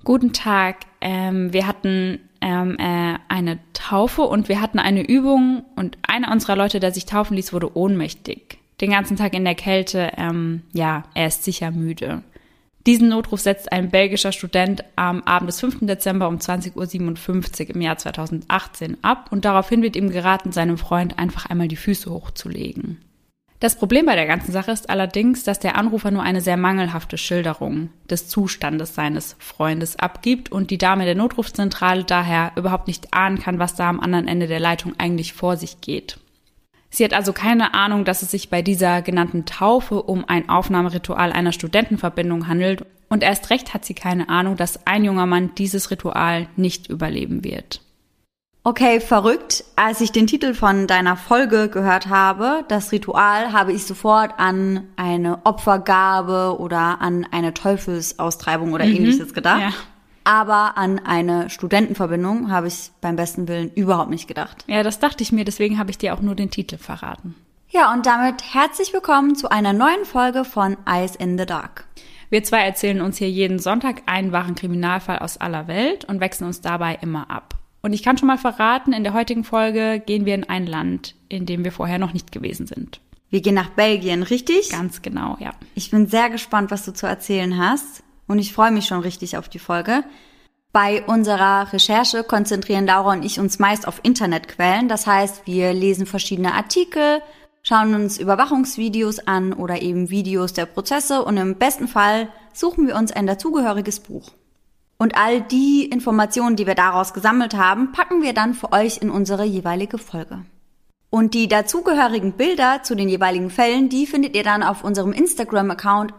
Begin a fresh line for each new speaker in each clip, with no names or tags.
Guten Tag, wir hatten eine Taufe und wir hatten eine Übung und einer unserer Leute, der sich taufen ließ, wurde ohnmächtig. Den ganzen Tag in der Kälte, er ist sicher müde. Diesen Notruf setzt ein belgischer Student am Abend des 5. Dezember um 20:57 Uhr im Jahr 2018 ab und daraufhin wird ihm geraten, seinem Freund einfach einmal die Füße hochzulegen. Das Problem bei der ganzen Sache ist allerdings, dass der Anrufer nur eine sehr mangelhafte Schilderung des Zustandes seines Freundes abgibt und die Dame der Notrufzentrale daher überhaupt nicht ahnen kann, was da am anderen Ende der Leitung eigentlich vor sich geht. Sie hat also keine Ahnung, dass es sich bei dieser genannten Taufe um ein Aufnahmeritual einer Studentenverbindung handelt und erst recht hat sie keine Ahnung, dass ein junger Mann dieses Ritual nicht überleben wird.
Okay, verrückt. Als ich den Titel von deiner Folge gehört habe, das Ritual, habe ich sofort an eine Opfergabe oder an eine Teufelsaustreibung oder ähnliches gedacht.
Ja.
Aber an eine Studentenverbindung habe ich beim besten Willen überhaupt nicht gedacht.
Ja, das dachte ich mir, deswegen habe ich dir auch nur den Titel verraten.
Ja, und damit herzlich willkommen zu einer neuen Folge von Eyes in the Dark.
Wir zwei erzählen uns hier jeden Sonntag einen wahren Kriminalfall aus aller Welt und wechseln uns dabei immer ab. Und ich kann schon mal verraten, in der heutigen Folge gehen wir in ein Land, in dem wir vorher noch nicht gewesen sind.
Wir gehen nach Belgien, richtig?
Ganz genau, ja.
Ich bin sehr gespannt, was du zu erzählen hast. Und ich freue mich schon richtig auf die Folge. Bei unserer Recherche konzentrieren Laura und ich uns meist auf Internetquellen. Das heißt, wir lesen verschiedene Artikel, schauen uns Überwachungsvideos an oder eben Videos der Prozesse und im besten Fall suchen wir uns ein dazugehöriges Buch. Und all die Informationen, die wir daraus gesammelt haben, packen wir dann für euch in unsere jeweilige Folge. Und die dazugehörigen Bilder zu den jeweiligen Fällen, die findet ihr dann auf unserem Instagram-Account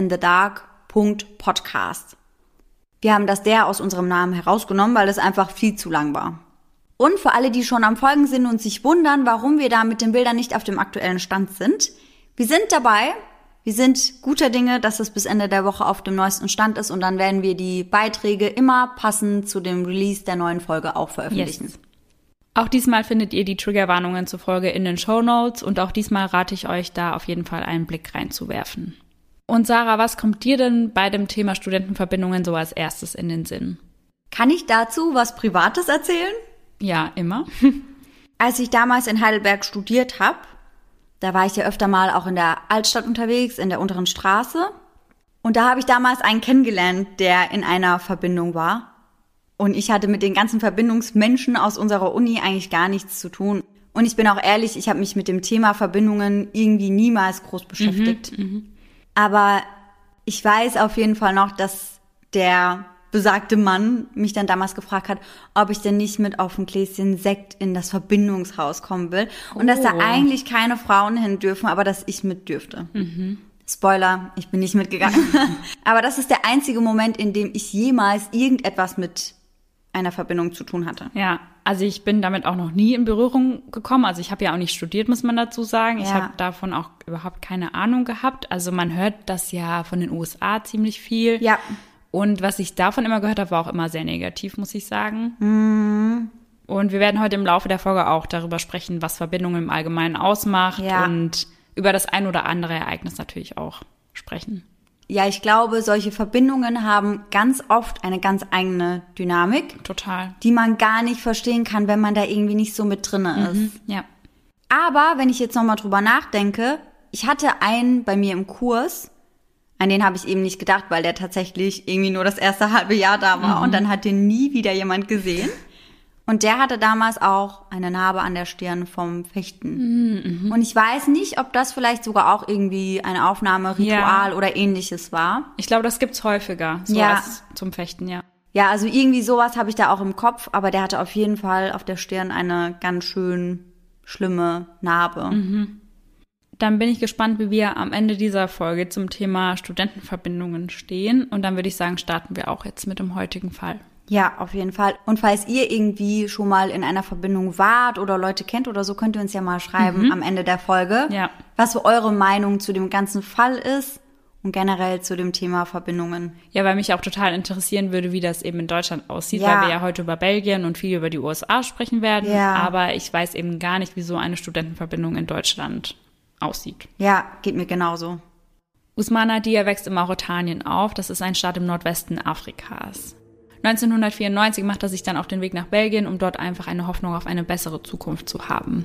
eyesinthedark.podcast. Wir haben das der aus unserem Namen herausgenommen, weil es einfach viel zu lang war. Und für alle, die schon am Folgen sind und sich wundern, warum wir da mit den Bildern nicht auf dem aktuellen Stand sind, wir sind dabei. Wir sind guter Dinge, dass es bis Ende der Woche auf dem neuesten Stand ist und dann werden wir die Beiträge immer passend zu dem Release der neuen Folge auch veröffentlichen.
Yes. Auch diesmal findet ihr die Triggerwarnungen zur Folge in den Shownotes und auch diesmal rate ich euch, da auf jeden Fall einen Blick reinzuwerfen. Und Sarah, was kommt dir denn bei dem Thema Studentenverbindungen so als erstes in den Sinn?
Kann ich dazu was Privates erzählen?
Ja, immer.
Als ich damals in Heidelberg studiert habe, da war ich ja öfter mal auch in der Altstadt unterwegs, in der unteren Straße. Und da habe ich damals einen kennengelernt, der in einer Verbindung war. Und ich hatte mit den ganzen Verbindungsmenschen aus unserer Uni eigentlich gar nichts zu tun. Und ich bin auch ehrlich, ich habe mich mit dem Thema Verbindungen irgendwie niemals groß beschäftigt. Aber ich weiß auf jeden Fall noch, dass der besagte Mann mich dann damals gefragt hat, ob ich denn nicht mit auf ein Gläschen Sekt in das Verbindungshaus kommen will. Und dass da eigentlich keine Frauen hin dürfen, aber dass ich mit dürfte. Spoiler, ich bin nicht mitgegangen. Aber das ist der einzige Moment, in dem ich jemals irgendetwas mit einer Verbindung zu tun hatte.
Ja, also ich bin damit auch noch nie in Berührung gekommen. Also ich habe ja auch nicht studiert, muss man dazu sagen.
Ja.
Ich habe davon auch überhaupt keine Ahnung gehabt. Also man hört das ja von den USA ziemlich viel.
Ja.
Und was ich davon immer gehört habe, war auch immer sehr negativ, muss ich sagen. Und wir werden heute im Laufe der Folge auch darüber sprechen, was Verbindungen im Allgemeinen ausmacht und über das ein oder andere Ereignis natürlich auch sprechen.
Ja, ich glaube, solche Verbindungen haben ganz oft eine ganz eigene Dynamik.
Total.
Die man gar nicht verstehen kann, wenn man da irgendwie nicht so mit drinne ist.
Ja.
Aber wenn ich jetzt nochmal drüber nachdenke, ich hatte einen bei mir im Kurs, an den habe ich eben nicht gedacht, weil der tatsächlich irgendwie nur das erste halbe Jahr da war und dann hat den nie wieder jemand gesehen. Und der hatte damals auch eine Narbe an der Stirn vom Fechten. Und ich weiß nicht, ob das vielleicht sogar auch irgendwie ein Aufnahmeritual oder ähnliches war.
Ich glaube, das gibt's häufiger, so als zum Fechten, ja.
Ja, also irgendwie sowas habe ich da auch im Kopf, aber der hatte auf jeden Fall auf der Stirn eine ganz schön schlimme Narbe.
Dann bin ich gespannt, wie wir am Ende dieser Folge zum Thema Studentenverbindungen stehen. Und dann würde ich sagen, starten wir auch jetzt mit dem heutigen Fall.
Ja, auf jeden Fall. Und falls ihr irgendwie schon mal in einer Verbindung wart oder Leute kennt oder so, könnt ihr uns ja mal schreiben am Ende der Folge, was so eure Meinung zu dem ganzen Fall ist und generell zu dem Thema Verbindungen.
Ja, weil mich auch total interessieren würde, wie das eben in Deutschland aussieht, weil wir ja heute über Belgien und viel über die USA sprechen werden.
Ja.
Aber ich weiß eben gar nicht, wie so eine Studentenverbindung in Deutschland aussieht.
Ja, geht mir genauso.
Ousmane Dia wächst in Mauretanien auf. Das ist ein Staat im Nordwesten Afrikas. 1994 macht er sich dann auf den Weg nach Belgien, um dort einfach eine Hoffnung auf eine bessere Zukunft zu haben.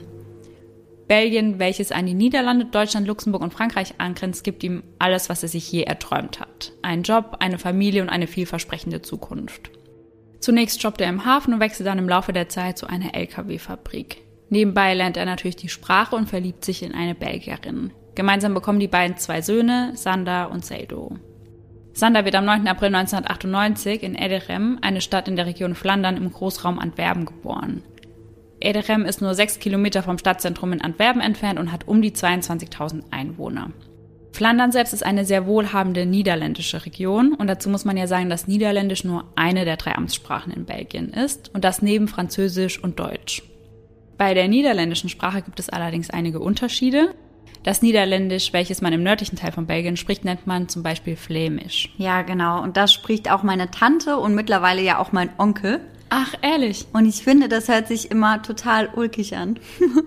Belgien, welches an die Niederlande, Deutschland, Luxemburg und Frankreich angrenzt, gibt ihm alles, was er sich je erträumt hat. Einen Job, eine Familie und eine vielversprechende Zukunft. Zunächst jobbt er im Hafen und wechselt dann im Laufe der Zeit zu einer LKW-Fabrik. Nebenbei lernt er natürlich die Sprache und verliebt sich in eine Belgierin. Gemeinsam bekommen die beiden 2 Söhne, Sander und Seydo. Sander wird am 9. April 1998 in Ederem, eine Stadt in der Region Flandern im Großraum Antwerpen, geboren. Ederem ist nur 6 Kilometer vom Stadtzentrum in Antwerpen entfernt und hat um die 22.000 Einwohner. Flandern selbst ist eine sehr wohlhabende niederländische Region und dazu muss man ja sagen, dass Niederländisch nur eine der 3 Amtssprachen in Belgien ist und das neben Französisch und Deutsch. Bei der niederländischen Sprache gibt es allerdings einige Unterschiede. Das Niederländisch, welches man im nördlichen Teil von Belgien spricht, nennt man zum Beispiel Flämisch.
Ja, genau. Und das spricht auch meine Tante und mittlerweile ja auch mein Onkel.
Ach, ehrlich?
Und ich finde, das hört sich immer total ulkig an.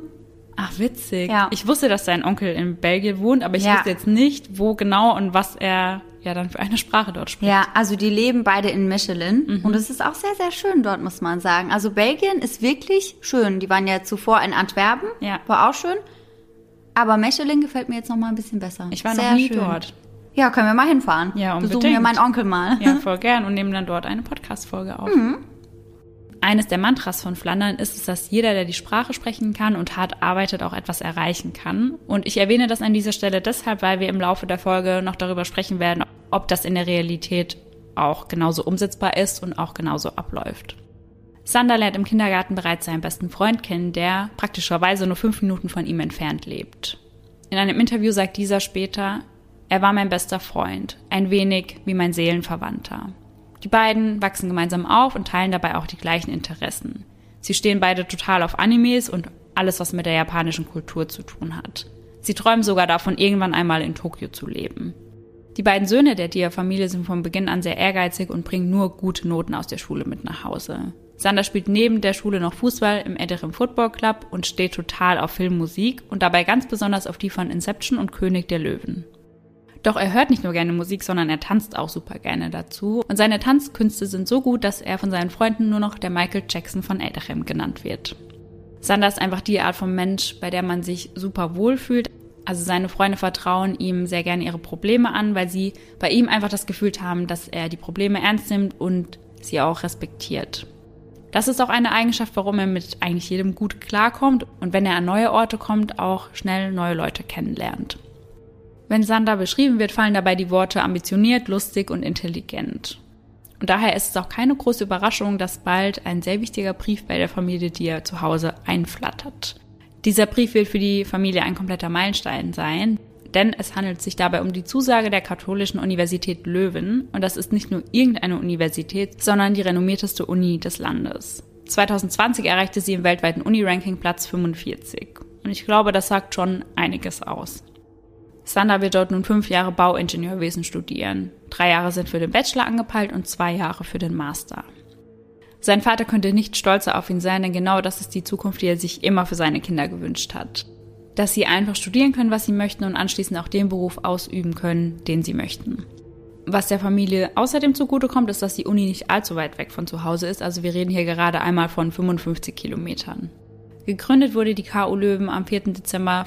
Ach, witzig.
Ja.
Ich wusste, dass sein Onkel in Belgien wohnt, aber ich wusste jetzt nicht, wo genau und was er ja dann für eine Sprache dort spricht.
Ja, also die leben beide in Mechelen und es ist auch sehr, sehr schön dort, muss man sagen. Also Belgien ist wirklich schön. Die waren ja zuvor in Antwerpen, war auch schön. Aber Mechelen gefällt mir jetzt noch mal ein bisschen besser.
Ich war noch nie dort.
Ja, können wir mal hinfahren.
Ja, unbedingt.
Besuchen wir meinen Onkel mal.
Ja, voll gern und nehmen dann dort eine Podcast-Folge auf. Eines der Mantras von Flandern ist es, dass jeder, der die Sprache sprechen kann und hart arbeitet, auch etwas erreichen kann. Und ich erwähne das an dieser Stelle deshalb, weil wir im Laufe der Folge noch darüber sprechen werden, ob das in der Realität auch genauso umsetzbar ist und auch genauso abläuft. Sander lernt im Kindergarten bereits seinen besten Freund kennen, der praktischerweise nur 5 Minuten von ihm entfernt lebt. In einem Interview sagt dieser später: Er war mein bester Freund, ein wenig wie mein Seelenverwandter. Die beiden wachsen gemeinsam auf und teilen dabei auch die gleichen Interessen. Sie stehen beide total auf Animes und alles, was mit der japanischen Kultur zu tun hat. Sie träumen sogar davon, irgendwann einmal in Tokio zu leben. Die beiden Söhne der Dia-Familie sind von Beginn an sehr ehrgeizig und bringen nur gute Noten aus der Schule mit nach Hause. Sander spielt neben der Schule noch Fußball im Ederem Football Club und steht total auf Filmmusik und dabei ganz besonders auf die von Inception und König der Löwen. Doch er hört nicht nur gerne Musik, sondern er tanzt auch super gerne dazu. Und seine Tanzkünste sind so gut, dass er von seinen Freunden nur noch der Michael Jackson von Ederem genannt wird. Sander ist einfach die Art von Mensch, bei der man sich super wohlfühlt. Also seine Freunde vertrauen ihm sehr gerne ihre Probleme an, weil sie bei ihm einfach das Gefühl haben, dass er die Probleme ernst nimmt und sie auch respektiert. Das ist auch eine Eigenschaft, warum er mit eigentlich jedem gut klarkommt und wenn er an neue Orte kommt, auch schnell neue Leute kennenlernt. Wenn Sander beschrieben wird, fallen dabei die Worte ambitioniert, lustig und intelligent. Und daher ist es auch keine große Überraschung, dass bald ein sehr wichtiger Brief bei der Familie Dia zu Hause einflattert. Dieser Brief wird für die Familie ein kompletter Meilenstein sein, denn es handelt sich dabei um die Zusage der Katholischen Universität Leuven und das ist nicht nur irgendeine Universität, sondern die renommierteste Uni des Landes. 2020 erreichte sie im weltweiten Uni-Ranking Platz 45 und ich glaube, das sagt schon einiges aus. Sander wird dort nun 5 Jahre Bauingenieurwesen studieren. 3 Jahre sind für den Bachelor angepeilt und 2 Jahre für den Master. Sein Vater könnte nicht stolzer auf ihn sein, denn genau das ist die Zukunft, die er sich immer für seine Kinder gewünscht hat. Dass sie einfach studieren können, was sie möchten und anschließend auch den Beruf ausüben können, den sie möchten. Was der Familie außerdem zugutekommt, ist, dass die Uni nicht allzu weit weg von zu Hause ist, also wir reden hier gerade einmal von 55 Kilometern. Gegründet wurde die KU Leuven am 4. Dezember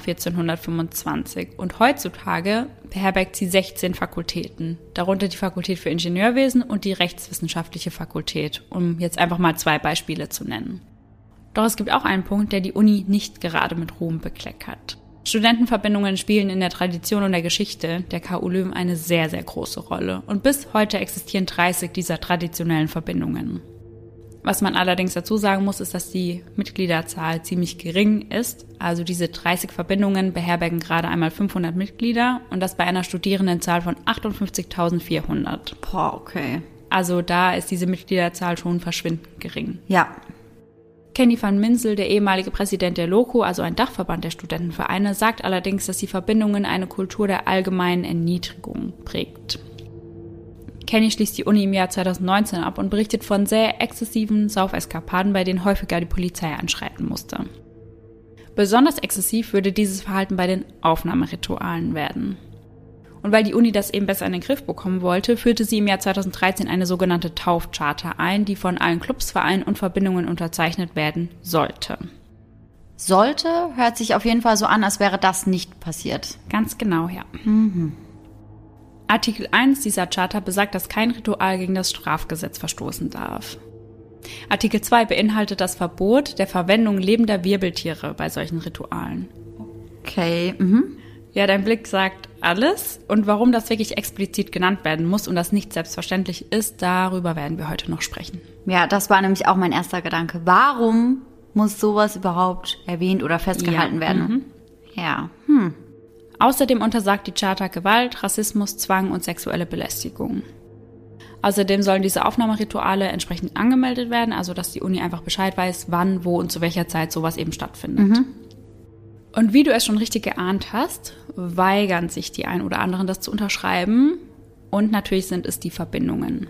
1425 und heutzutage beherbergt sie 16 Fakultäten, darunter die Fakultät für Ingenieurwesen und die Rechtswissenschaftliche Fakultät, um jetzt einfach mal 2 Beispiele zu nennen. Doch es gibt auch einen Punkt, der die Uni nicht gerade mit Ruhm bekleckert. Studentenverbindungen spielen in der Tradition und der Geschichte der KU Leuven eine sehr, sehr große Rolle und bis heute existieren 30 dieser traditionellen Verbindungen. Was man allerdings dazu sagen muss, ist, dass die Mitgliederzahl ziemlich gering ist. Also diese 30 Verbindungen beherbergen gerade einmal 500 Mitglieder und das bei einer Studierendenzahl von 58.400.
Boah, okay.
Also da ist diese Mitgliederzahl schon verschwindend gering.
Ja.
Kenny van Minsel, der ehemalige Präsident der LOCO, also ein Dachverband der Studentenvereine, sagt allerdings, dass die Verbindungen eine Kultur der allgemeinen Erniedrigung prägt. Kenny schließt die Uni im Jahr 2019 ab und berichtet von sehr exzessiven Saufeskapaden, bei denen häufiger die Polizei einschreiten musste. Besonders exzessiv würde dieses Verhalten bei den Aufnahmeritualen werden. Und weil die Uni das eben besser in den Griff bekommen wollte, führte sie im Jahr 2013 eine sogenannte Taufcharta ein, die von allen Clubs, Vereinen und Verbindungen unterzeichnet werden sollte.
Sollte hört sich auf jeden Fall so an, als wäre das nicht passiert.
Ganz genau, ja. Artikel 1 dieser Charta besagt, dass kein Ritual gegen das Strafgesetz verstoßen darf. Artikel 2 beinhaltet das Verbot der Verwendung lebender Wirbeltiere bei solchen Ritualen.
Okay,
Ja, dein Blick sagt alles. Und warum das wirklich explizit genannt werden muss und das nicht selbstverständlich ist, darüber werden wir heute noch sprechen.
Ja, das war nämlich auch mein erster Gedanke. Warum muss sowas überhaupt erwähnt oder festgehalten werden? Ja.
Außerdem untersagt die Charta Gewalt, Rassismus, Zwang und sexuelle Belästigung. Außerdem sollen diese Aufnahmerituale entsprechend angemeldet werden, also dass die Uni einfach Bescheid weiß, wann, wo und zu welcher Zeit sowas eben stattfindet. Und wie du es schon richtig geahnt hast, weigern sich die ein oder anderen, das zu unterschreiben. Und natürlich sind es die Verbindungen.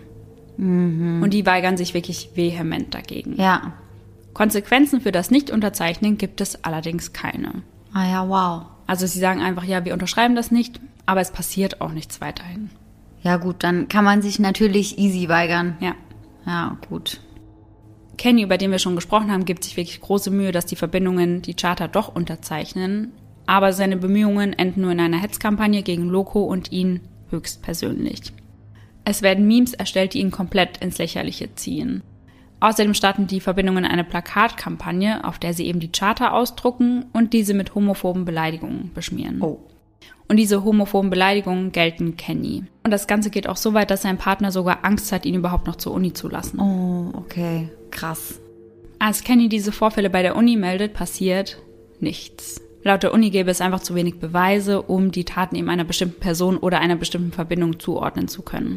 Und die weigern sich wirklich vehement dagegen.
Ja.
Konsequenzen für das Nicht-Unterzeichnen gibt es allerdings keine.
Ah ja, wow.
Also sie sagen einfach, ja, wir unterschreiben das nicht, aber es passiert auch nichts weiterhin.
Ja gut, dann kann man sich natürlich easy weigern.
Ja.
Ja, gut.
Kenny, über den wir schon gesprochen haben, gibt sich wirklich große Mühe, dass die Verbindungen die Charta doch unterzeichnen. Aber seine Bemühungen enden nur in einer Hetzkampagne gegen Loco und ihn höchstpersönlich. Es werden Memes erstellt, die ihn komplett ins Lächerliche ziehen. Außerdem starten die Verbindungen eine Plakatkampagne, auf der sie eben die Charta ausdrucken und diese mit homophoben Beleidigungen beschmieren.
Oh.
Und diese homophoben Beleidigungen gelten Kenny. Und das Ganze geht auch so weit, dass sein Partner sogar Angst hat, ihn überhaupt noch zur Uni zu lassen.
Oh, okay. Krass.
Als Kenny diese Vorfälle bei der Uni meldet, passiert nichts. Laut der Uni gäbe es einfach zu wenig Beweise, um die Taten eben einer bestimmten Person oder einer bestimmten Verbindung zuordnen zu können.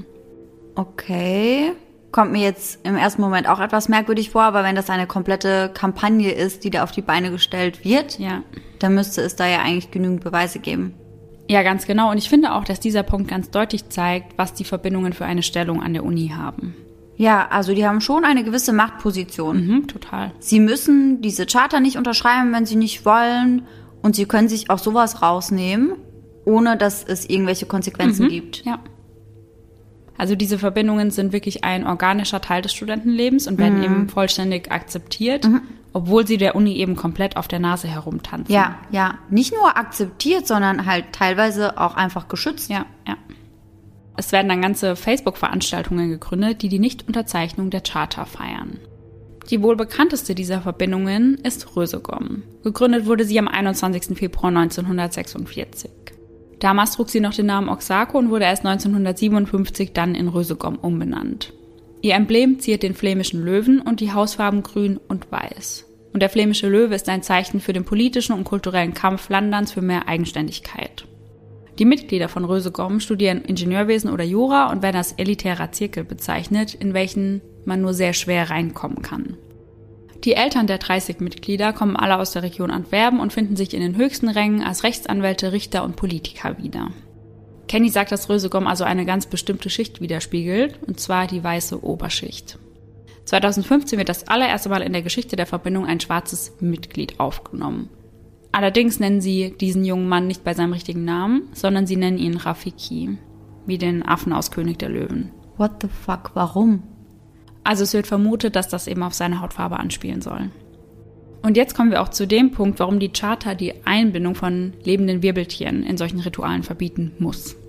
Okay. Kommt mir jetzt im ersten Moment auch etwas merkwürdig vor, aber wenn das eine komplette Kampagne ist, die da auf die Beine gestellt wird,
Ja.
dann müsste es da ja eigentlich genügend Beweise geben.
Ja, ganz genau. Und ich finde auch, dass dieser Punkt ganz deutlich zeigt, was die Verbindungen für eine Stellung an der Uni haben.
Ja, also die haben schon eine gewisse Machtposition.
Total.
Sie müssen diese Charta nicht unterschreiben, wenn sie nicht wollen. Und sie können sich auch sowas rausnehmen, ohne dass es irgendwelche Konsequenzen gibt.
Ja. Also diese Verbindungen sind wirklich ein organischer Teil des Studentenlebens und werden eben vollständig akzeptiert, obwohl sie der Uni eben komplett auf der Nase herumtanzen.
Ja, ja. Nicht nur akzeptiert, sondern halt teilweise auch einfach geschützt.
Ja. Es werden dann ganze Facebook-Veranstaltungen gegründet, die die Nichtunterzeichnung der Charta feiern. Die wohl bekannteste dieser Verbindungen ist Rösegom. Gegründet wurde sie am 21. Februar 1946. Damals trug sie noch den Namen Oxaco und wurde erst 1957 dann in Rösegom umbenannt. Ihr Emblem ziert den flämischen Löwen und die Hausfarben grün und weiß. Und der flämische Löwe ist ein Zeichen für den politischen und kulturellen Kampf Flanderns für mehr Eigenständigkeit. Die Mitglieder von Rösegom studieren Ingenieurwesen oder Jura und werden als elitärer Zirkel bezeichnet, in welchen man nur sehr schwer reinkommen kann. Die Eltern der 30 Mitglieder kommen alle aus der Region Antwerpen und finden sich in den höchsten Rängen als Rechtsanwälte, Richter und Politiker wieder. Kenny sagt, dass Rösegom also eine ganz bestimmte Schicht widerspiegelt, und zwar die weiße Oberschicht. 2015 wird das allererste Mal in der Geschichte der Verbindung ein schwarzes Mitglied aufgenommen. Allerdings nennen sie diesen jungen Mann nicht bei seinem richtigen Namen, sondern sie nennen ihn Rafiki, wie den Affen aus König der Löwen.
What the fuck, warum?
Also es wird vermutet, dass das eben auf seine Hautfarbe anspielen soll. Und jetzt kommen wir auch zu dem Punkt, warum die Charta die Einbindung von lebenden Wirbeltieren in solchen Ritualen verbieten muss.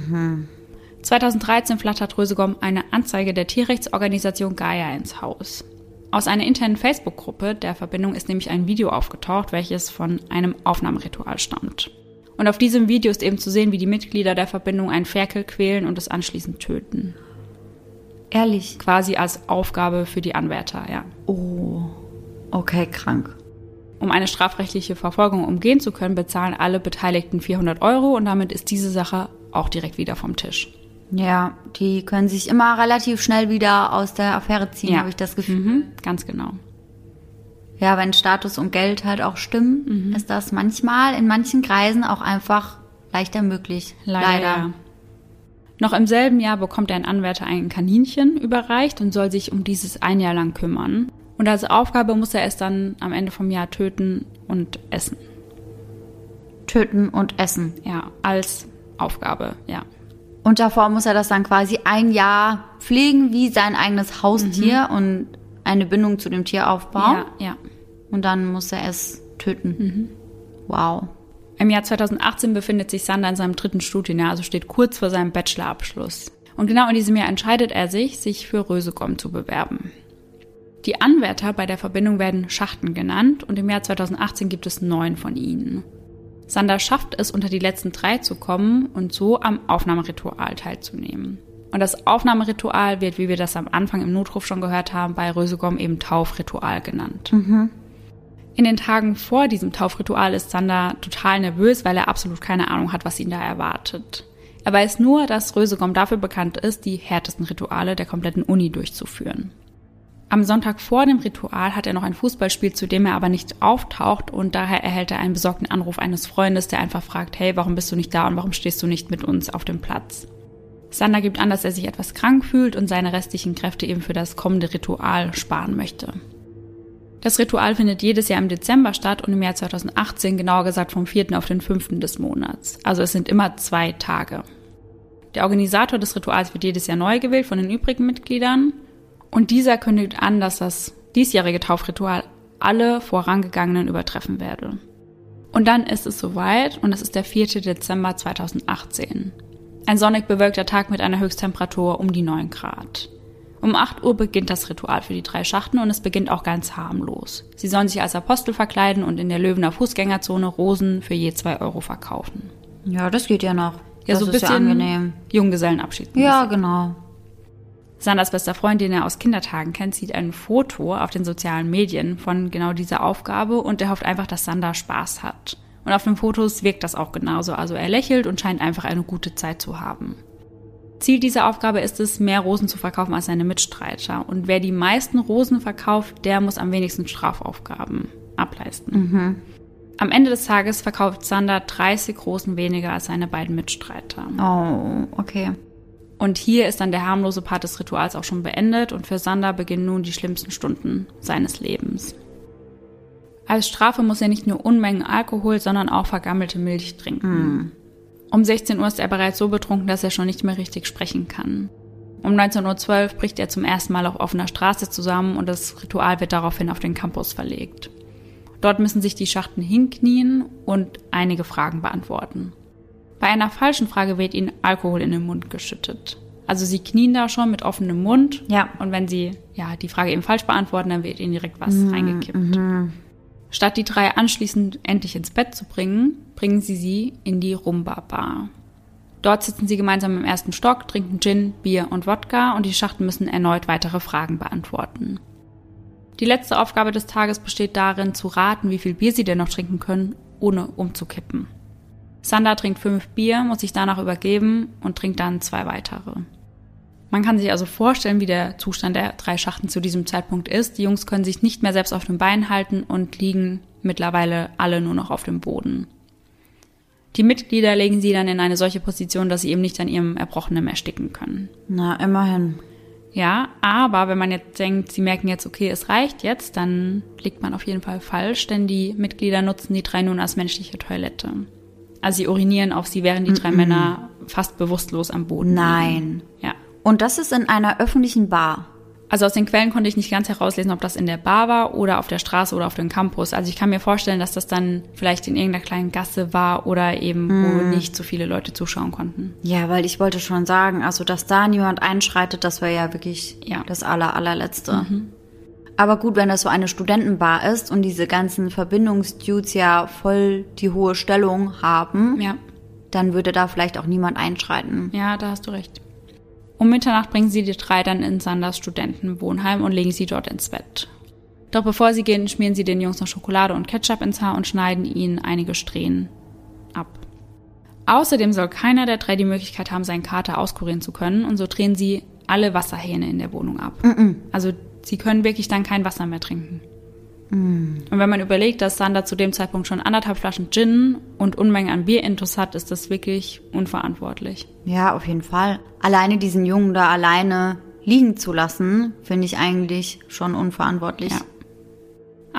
2013 flattert Rösegom eine Anzeige der Tierrechtsorganisation Gaia ins Haus. Aus einer internen Facebook-Gruppe der Verbindung ist nämlich ein Video aufgetaucht, welches von einem Aufnahmeritual stammt. Und auf diesem Video ist eben zu sehen, wie die Mitglieder der Verbindung einen Ferkel quälen und es anschließend töten.
Ehrlich?
Quasi als Aufgabe für die Anwärter, ja.
Oh, okay, krank.
Um eine strafrechtliche Verfolgung umgehen zu können, bezahlen alle Beteiligten 400 € und damit ist diese Sache auch direkt wieder vom Tisch.
Ja, die können sich immer relativ schnell wieder aus der Affäre ziehen, habe ich das Gefühl.
Ganz genau.
Ja, wenn Status und Geld halt auch stimmen, ist das manchmal in manchen Kreisen auch einfach leichter möglich. Leider.
Ja. Noch im selben Jahr bekommt ein Anwärter ein Kaninchen überreicht und soll sich um dieses ein Jahr lang kümmern. Und als Aufgabe muss er es dann am Ende vom Jahr töten und essen.
Töten und essen.
Ja, als Aufgabe, ja.
Und davor muss er das dann quasi ein Jahr pflegen wie sein eigenes Haustier und eine Bindung zu dem Tier aufbauen.
Ja.
Und dann muss er es töten. Wow.
Im Jahr 2018 befindet sich Sander in seinem 3. Studienjahr, also steht kurz vor seinem Bachelorabschluss. Und genau in diesem Jahr entscheidet er sich für Rösegom zu bewerben. Die Anwärter bei der Verbindung werden Schachten genannt und im Jahr 2018 gibt es 9 von ihnen. Sander schafft es, unter die letzten 3 zu kommen und so am Aufnahmeritual teilzunehmen. Und das Aufnahmeritual wird, wie wir das am Anfang im Notruf schon gehört haben, bei Rösegom eben Taufritual genannt. In den Tagen vor diesem Taufritual ist Sander total nervös, weil er absolut keine Ahnung hat, was ihn da erwartet. Er weiß nur, dass Rösegom dafür bekannt ist, die härtesten Rituale der kompletten Uni durchzuführen. Am Sonntag vor dem Ritual hat er noch ein Fußballspiel, zu dem er aber nicht auftaucht und daher erhält er einen besorgten Anruf eines Freundes, der einfach fragt, hey, warum bist du nicht da und warum stehst du nicht mit uns auf dem Platz? Sander gibt an, dass er sich etwas krank fühlt und seine restlichen Kräfte eben für das kommende Ritual sparen möchte. Das Ritual findet jedes Jahr im Dezember statt und im Jahr 2018, genauer gesagt vom 4. auf den 5. des Monats. Also es sind immer 2 Tage. Der Organisator des Rituals wird jedes Jahr neu gewählt von den übrigen Mitgliedern. Und dieser kündigt an, dass das diesjährige Taufritual alle vorangegangenen übertreffen werde. Und dann ist es soweit und es ist der 4. Dezember 2018. Ein sonnig bewölkter Tag mit einer Höchsttemperatur um die 9 Grad. Um 8 Uhr beginnt das Ritual für die 3 Schachten und es beginnt auch ganz harmlos. Sie sollen sich als Apostel verkleiden und in der Löwener Fußgängerzone Rosen für je 2 Euro verkaufen.
Ja, das geht ja noch.
Ja,
das
so ein
ist
bisschen
ja angenehm.
Junggesellenabschied.
Ja, genau.
Sanders bester Freund, den er aus Kindertagen kennt, sieht ein Foto auf den sozialen Medien von genau dieser Aufgabe und er hofft einfach, dass Sander Spaß hat. Und auf den Fotos wirkt das auch genauso, also er lächelt und scheint einfach eine gute Zeit zu haben. Ziel dieser Aufgabe ist es, mehr Rosen zu verkaufen als seine Mitstreiter. Und wer die meisten Rosen verkauft, der muss am wenigsten Strafaufgaben ableisten. Am Ende des Tages verkauft Sander 30 Rosen weniger als seine beiden Mitstreiter.
Oh, okay.
Und hier ist dann der harmlose Part des Rituals auch schon beendet und für Sander beginnen nun die schlimmsten Stunden seines Lebens. Als Strafe muss er nicht nur Unmengen Alkohol, sondern auch vergammelte Milch trinken. Um 16 Uhr ist er bereits so betrunken, dass er schon nicht mehr richtig sprechen kann. Um 19.12 Uhr bricht er zum ersten Mal auf offener Straße zusammen und das Ritual wird daraufhin auf den Campus verlegt. Dort müssen sich die Schachten hinknien und einige Fragen beantworten. Bei einer falschen Frage wird ihnen Alkohol in den Mund geschüttet. Also sie knien da schon mit offenem Mund und wenn sie die Frage eben falsch beantworten, dann wird ihnen direkt was reingekippt. Statt die 3 anschließend endlich ins Bett zu bringen, bringen sie in die Rumba-Bar. Dort sitzen sie gemeinsam im 1. Stock, trinken Gin, Bier und Wodka und die Schachten müssen erneut weitere Fragen beantworten. Die letzte Aufgabe des Tages besteht darin, zu raten, wie viel Bier sie denn noch trinken können, ohne umzukippen. Sander trinkt 5 Bier, muss sich danach übergeben und trinkt dann 2 weitere. Man kann sich also vorstellen, wie der Zustand der 3 Schachten zu diesem Zeitpunkt ist. Die Jungs können sich nicht mehr selbst auf den Beinen halten und liegen mittlerweile alle nur noch auf dem Boden. Die Mitglieder legen sie dann in eine solche Position, dass sie eben nicht an ihrem Erbrochenen ersticken können.
Na, immerhin.
Ja, aber wenn man jetzt denkt, sie merken jetzt, okay, es reicht jetzt, dann liegt man auf jeden Fall falsch, denn die Mitglieder nutzen die 3 nun als menschliche Toilette. Also sie urinieren auf sie, während die 3 Männer fast bewusstlos am Boden liegen. Ja.
Und das ist in einer öffentlichen Bar?
Also aus den Quellen konnte ich nicht ganz herauslesen, ob das in der Bar war oder auf der Straße oder auf dem Campus. Also ich kann mir vorstellen, dass das dann vielleicht in irgendeiner kleinen Gasse war oder eben, wo nicht so viele Leute zuschauen konnten.
Ja, weil ich wollte schon sagen, also dass da niemand einschreitet, das wäre ja wirklich das allerletzte. Aber gut, wenn das so eine Studentenbar ist und diese ganzen Verbindungsdudes ja voll die hohe Stellung haben, dann würde da vielleicht auch niemand einschreiten.
Ja, da hast du recht. Um Mitternacht bringen sie die 3 dann in Sanders Studentenwohnheim und legen sie dort ins Bett. Doch bevor sie gehen, schmieren sie den Jungs noch Schokolade und Ketchup ins Haar und schneiden ihnen einige Strähnen ab. Außerdem soll keiner der 3 die Möglichkeit haben, seinen Kater auskurieren zu können und so drehen sie alle Wasserhähne in der Wohnung ab. Also sie können wirklich dann kein Wasser mehr trinken. Und wenn man überlegt, dass Sander zu dem Zeitpunkt schon 1,5 Flaschen Gin und Unmengen an Bierintus hat, ist das wirklich unverantwortlich.
Ja, auf jeden Fall. Alleine diesen Jungen da alleine liegen zu lassen, finde ich eigentlich schon unverantwortlich.
Ja.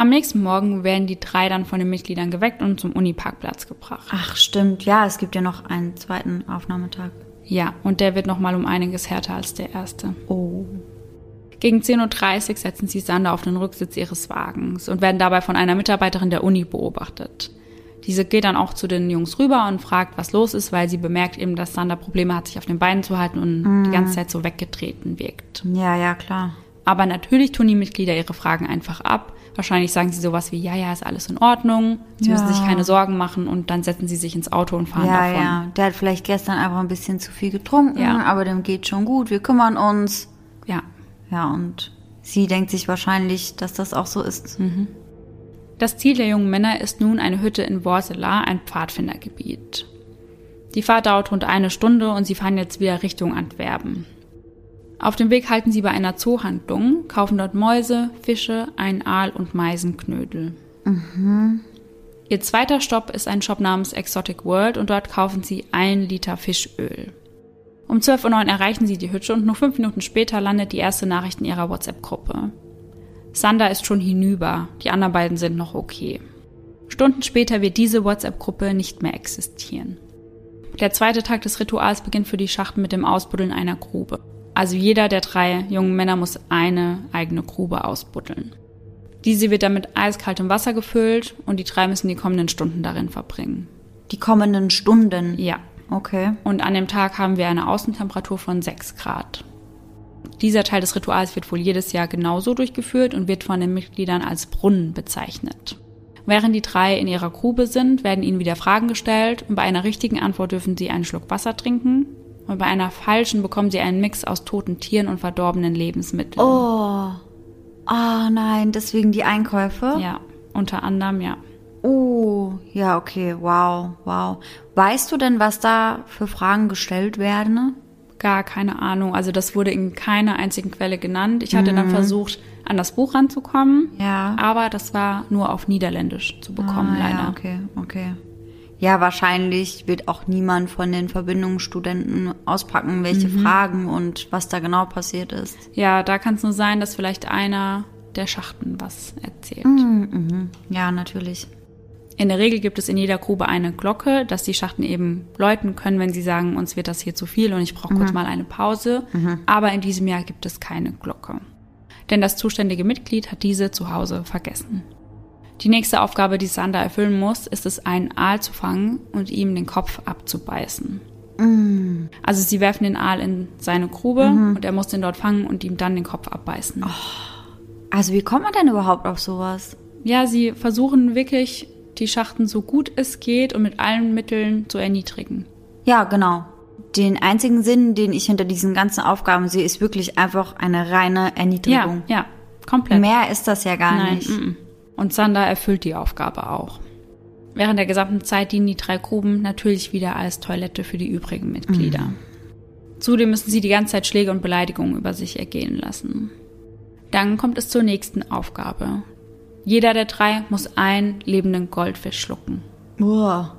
Am nächsten Morgen werden die 3 dann von den Mitgliedern geweckt und zum Uniparkplatz gebracht.
Ach, stimmt. Ja, es gibt ja noch einen zweiten Aufnahmetag.
Ja, und der wird nochmal um einiges härter als der erste.
Oh.
Gegen 10.30 Uhr setzen sie Sander auf den Rücksitz ihres Wagens und werden dabei von einer Mitarbeiterin der Uni beobachtet. Diese geht dann auch zu den Jungs rüber und fragt, was los ist, weil sie bemerkt eben, dass Sander Probleme hat, sich auf den Beinen zu halten und die ganze Zeit so weggetreten wirkt.
Ja, klar.
Aber natürlich tun die Mitglieder ihre Fragen einfach ab. Wahrscheinlich sagen sie sowas wie, ja, ist alles in Ordnung, sie müssen sich keine Sorgen machen und dann setzen sie sich ins Auto und fahren davon.
Ja, der hat vielleicht gestern einfach ein bisschen zu viel getrunken, aber dem geht schon gut, wir kümmern uns.
Ja.
Ja, und sie denkt sich wahrscheinlich, dass das auch so ist.
Das Ziel der jungen Männer ist nun eine Hütte in Worsselaar, ein Pfadfindergebiet. Die Fahrt dauert rund 1 Stunde und sie fahren jetzt wieder Richtung Antwerpen. Auf dem Weg halten sie bei einer Zoohandlung, kaufen dort Mäuse, Fische, einen Aal und Meisenknödel. Ihr zweiter Stopp ist ein Shop namens Exotic World und dort kaufen sie 1 Liter Fischöl. Um 12.09 Uhr erreichen sie die Hütte und nur 5 Minuten später landet die erste Nachricht in ihrer WhatsApp-Gruppe. Sander ist schon hinüber, die anderen beiden sind noch okay. Stunden später wird diese WhatsApp-Gruppe nicht mehr existieren. Der zweite Tag des Rituals beginnt für die Schachten mit dem Ausbuddeln einer Grube. Also jeder der 3 jungen Männer muss eine eigene Grube ausbuddeln. Diese wird dann mit eiskaltem Wasser gefüllt und die 3 müssen die kommenden Stunden darin verbringen.
Die kommenden Stunden?
Ja.
Okay.
Und an dem Tag haben wir eine Außentemperatur von 6 Grad. Dieser Teil des Rituals wird wohl jedes Jahr genauso durchgeführt und wird von den Mitgliedern als Brunnen bezeichnet. Während die 3 in ihrer Grube sind, werden ihnen wieder Fragen gestellt und bei einer richtigen Antwort dürfen sie einen Schluck Wasser trinken und bei einer falschen bekommen sie einen Mix aus toten Tieren und verdorbenen Lebensmitteln.
Oh nein, deswegen die Einkäufe?
Ja, unter anderem, ja.
Oh, ja, okay, wow. Weißt du denn, was da für Fragen gestellt werden?
Gar keine Ahnung. Also das wurde in keiner einzigen Quelle genannt. Ich hatte dann versucht, an das Buch ranzukommen, aber das war nur auf Niederländisch zu bekommen, leider.
Ja, okay. Ja, wahrscheinlich wird auch niemand von den Verbindungsstudenten auspacken, welche Fragen und was da genau passiert ist.
Ja, da kann es nur sein, dass vielleicht einer der Schachten was erzählt.
Ja, natürlich.
In der Regel gibt es in jeder Grube eine Glocke, dass die Schachten eben läuten können, wenn sie sagen, uns wird das hier zu viel und ich brauche kurz mal eine Pause. Aber in diesem Jahr gibt es keine Glocke. Denn das zuständige Mitglied hat diese zu Hause vergessen. Die nächste Aufgabe, die Sander erfüllen muss, ist es, einen Aal zu fangen und ihm den Kopf abzubeißen. Also sie werfen den Aal in seine Grube und er muss den dort fangen und ihm dann den Kopf abbeißen.
Also wie kommt man denn überhaupt auf sowas?
Ja, sie versuchen wirklich, die Schachten so gut es geht und mit allen Mitteln zu erniedrigen.
Ja, genau. Den einzigen Sinn, den ich hinter diesen ganzen Aufgaben sehe, ist wirklich einfach eine reine Erniedrigung.
Ja, komplett.
Mehr ist das ja gar nicht.
Und Sander erfüllt die Aufgabe auch. Während der gesamten Zeit dienen die 3 Gruben natürlich wieder als Toilette für die übrigen Mitglieder. Zudem müssen sie die ganze Zeit Schläge und Beleidigungen über sich ergehen lassen. Dann kommt es zur nächsten Aufgabe. Jeder der 3 muss einen lebenden Goldfisch schlucken.
Uah.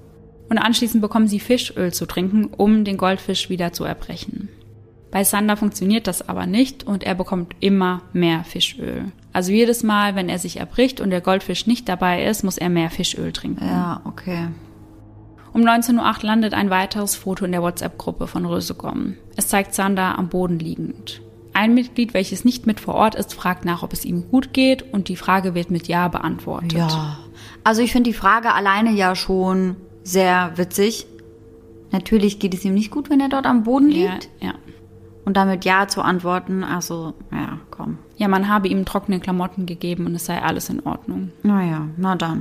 Und anschließend bekommen sie Fischöl zu trinken, um den Goldfisch wieder zu erbrechen. Bei Sander funktioniert das aber nicht und er bekommt immer mehr Fischöl. Also jedes Mal, wenn er sich erbricht und der Goldfisch nicht dabei ist, muss er mehr Fischöl trinken.
Ja, okay.
Um 19.08 Uhr landet ein weiteres Foto in der WhatsApp-Gruppe von Rösegom. Es zeigt Sander am Boden liegend. Ein Mitglied, welches nicht mit vor Ort ist, fragt nach, ob es ihm gut geht und die Frage wird mit Ja beantwortet.
Ja, also ich finde die Frage alleine ja schon sehr witzig. Natürlich geht es ihm nicht gut, wenn er dort am Boden liegt.
Ja.
Und damit Ja zu antworten, also, ja, komm.
Ja, man habe ihm trockene Klamotten gegeben und es sei alles in Ordnung.
Naja, na dann.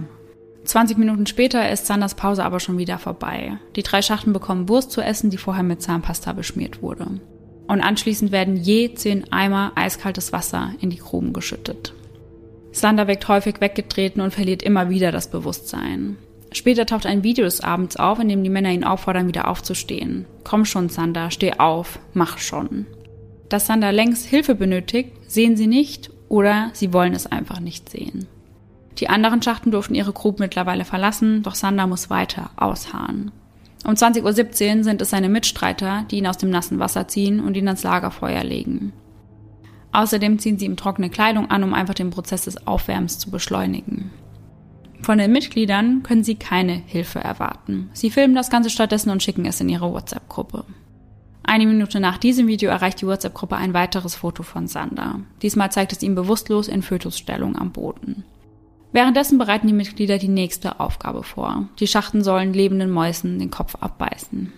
20 Minuten später ist Sanders Pause aber schon wieder vorbei. Die 3 Schachten bekommen Wurst zu essen, die vorher mit Zahnpasta beschmiert wurde. Und anschließend werden je 10 Eimer eiskaltes Wasser in die Gruben geschüttet. Sander wirkt häufig weggetreten und verliert immer wieder das Bewusstsein. Später taucht ein Video des Abends auf, in dem die Männer ihn auffordern, wieder aufzustehen. Komm schon, Sander, steh auf, mach schon. Dass Sander längst Hilfe benötigt, sehen sie nicht oder sie wollen es einfach nicht sehen. Die anderen Schachten durften ihre Gruben mittlerweile verlassen, doch Sander muss weiter ausharren. Um 20.17 Uhr sind es seine Mitstreiter, die ihn aus dem nassen Wasser ziehen und ihn ans Lagerfeuer legen. Außerdem ziehen sie ihm trockene Kleidung an, um einfach den Prozess des Aufwärmens zu beschleunigen. Von den Mitgliedern können sie keine Hilfe erwarten. Sie filmen das Ganze stattdessen und schicken es in ihre WhatsApp-Gruppe. Eine Minute nach diesem Video erreicht die WhatsApp-Gruppe ein weiteres Foto von Sander. Diesmal zeigt es ihn bewusstlos in Fötusstellung am Boden. Währenddessen bereiten die Mitglieder die nächste Aufgabe vor. Die Schachten sollen lebenden Mäusen den Kopf abbeißen.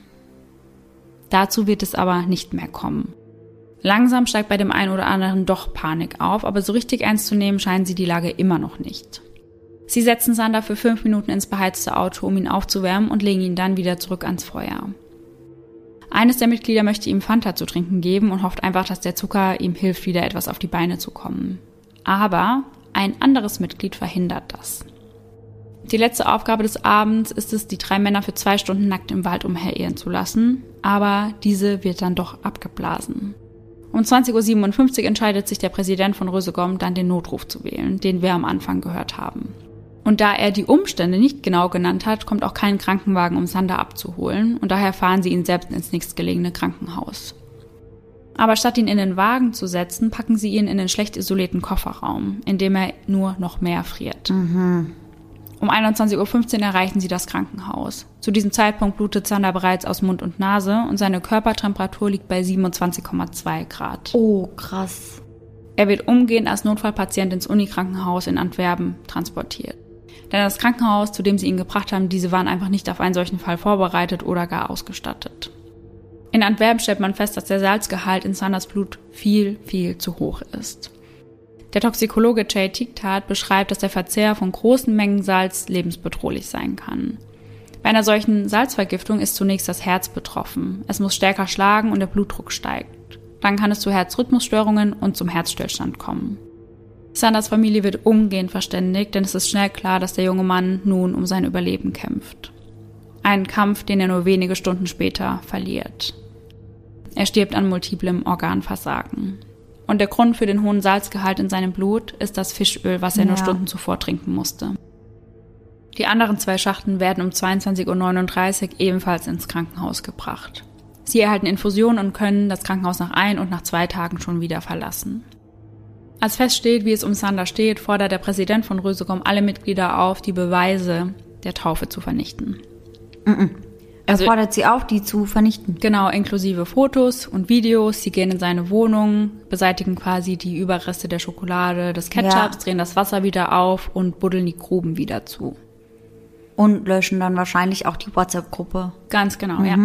Dazu wird es aber nicht mehr kommen. Langsam steigt bei dem einen oder anderen doch Panik auf, aber so richtig ernst zu nehmen scheinen sie die Lage immer noch nicht. Sie setzen Sander für 5 Minuten ins beheizte Auto, um ihn aufzuwärmen und legen ihn dann wieder zurück ans Feuer. Eines der Mitglieder möchte ihm Fanta zu trinken geben und hofft einfach, dass der Zucker ihm hilft, wieder etwas auf die Beine zu kommen. Aber ein anderes Mitglied verhindert das. Die letzte Aufgabe des Abends ist es, die 3 Männer für 2 Stunden nackt im Wald umherirren zu lassen, aber diese wird dann doch abgeblasen. Um 20:57 Uhr entscheidet sich der Präsident von Rösegom dann, den Notruf zu wählen, den wir am Anfang gehört haben. Und da er die Umstände nicht genau genannt hat, kommt auch kein Krankenwagen, um Sander abzuholen, und daher fahren sie ihn selbst ins nächstgelegene Krankenhaus. Aber statt ihn in den Wagen zu setzen, packen sie ihn in den schlecht isolierten Kofferraum, in dem er nur noch mehr friert. Um 21:15 Uhr erreichen sie das Krankenhaus. Zu diesem Zeitpunkt blutet Sander bereits aus Mund und Nase und seine Körpertemperatur liegt bei 27,2 Grad.
Oh, krass.
Er wird umgehend als Notfallpatient ins Unikrankenhaus in Antwerpen transportiert. Denn das Krankenhaus, zu dem sie ihn gebracht haben, diese waren einfach nicht auf einen solchen Fall vorbereitet oder gar ausgestattet. In Antwerpen stellt man fest, dass der Salzgehalt in Sanders Blut viel, viel zu hoch ist. Der Toxikologe Jay Tichtat beschreibt, dass der Verzehr von großen Mengen Salz lebensbedrohlich sein kann. Bei einer solchen Salzvergiftung ist zunächst das Herz betroffen. Es muss stärker schlagen und der Blutdruck steigt. Dann kann es zu Herzrhythmusstörungen und zum Herzstillstand kommen. Sanders Familie wird umgehend verständigt, denn es ist schnell klar, dass der junge Mann nun um sein Überleben kämpft. Einen Kampf, den er nur wenige Stunden später verliert. Er stirbt an multiplem Organversagen. Und der Grund für den hohen Salzgehalt in seinem Blut ist das Fischöl, was er nur Stunden zuvor trinken musste. Die anderen 2 Schachten werden um 22:39 Uhr ebenfalls ins Krankenhaus gebracht. Sie erhalten Infusionen und können das Krankenhaus nach 1 und nach 2 Tagen schon wieder verlassen. Als feststeht, wie es um Sander steht, fordert der Präsident von Rösegom alle Mitglieder auf, die Beweise der Taufe zu vernichten.
Er fordert sie auf, die zu vernichten.
Genau, inklusive Fotos und Videos. Sie gehen in seine Wohnung, beseitigen quasi die Überreste der Schokolade, des Ketchups, drehen das Wasser wieder auf und buddeln die Gruben wieder zu.
Und löschen dann wahrscheinlich auch die WhatsApp-Gruppe.
Ganz genau, ja.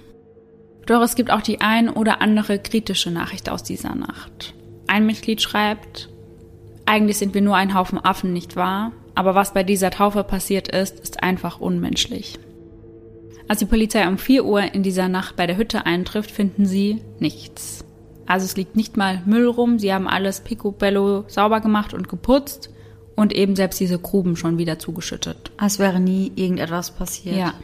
Doch es gibt auch die ein oder andere kritische Nachricht aus dieser Nacht. Ein Mitglied schreibt: Eigentlich sind wir nur ein Haufen Affen, nicht wahr? Aber was bei dieser Taufe passiert ist, ist einfach unmenschlich. Als die Polizei um 4 Uhr in dieser Nacht bei der Hütte eintrifft, finden sie nichts. Also es liegt nicht mal Müll rum, sie haben alles picobello sauber gemacht und geputzt und eben selbst diese Gruben schon wieder zugeschüttet.
Als wäre nie irgendetwas passiert.
Ja.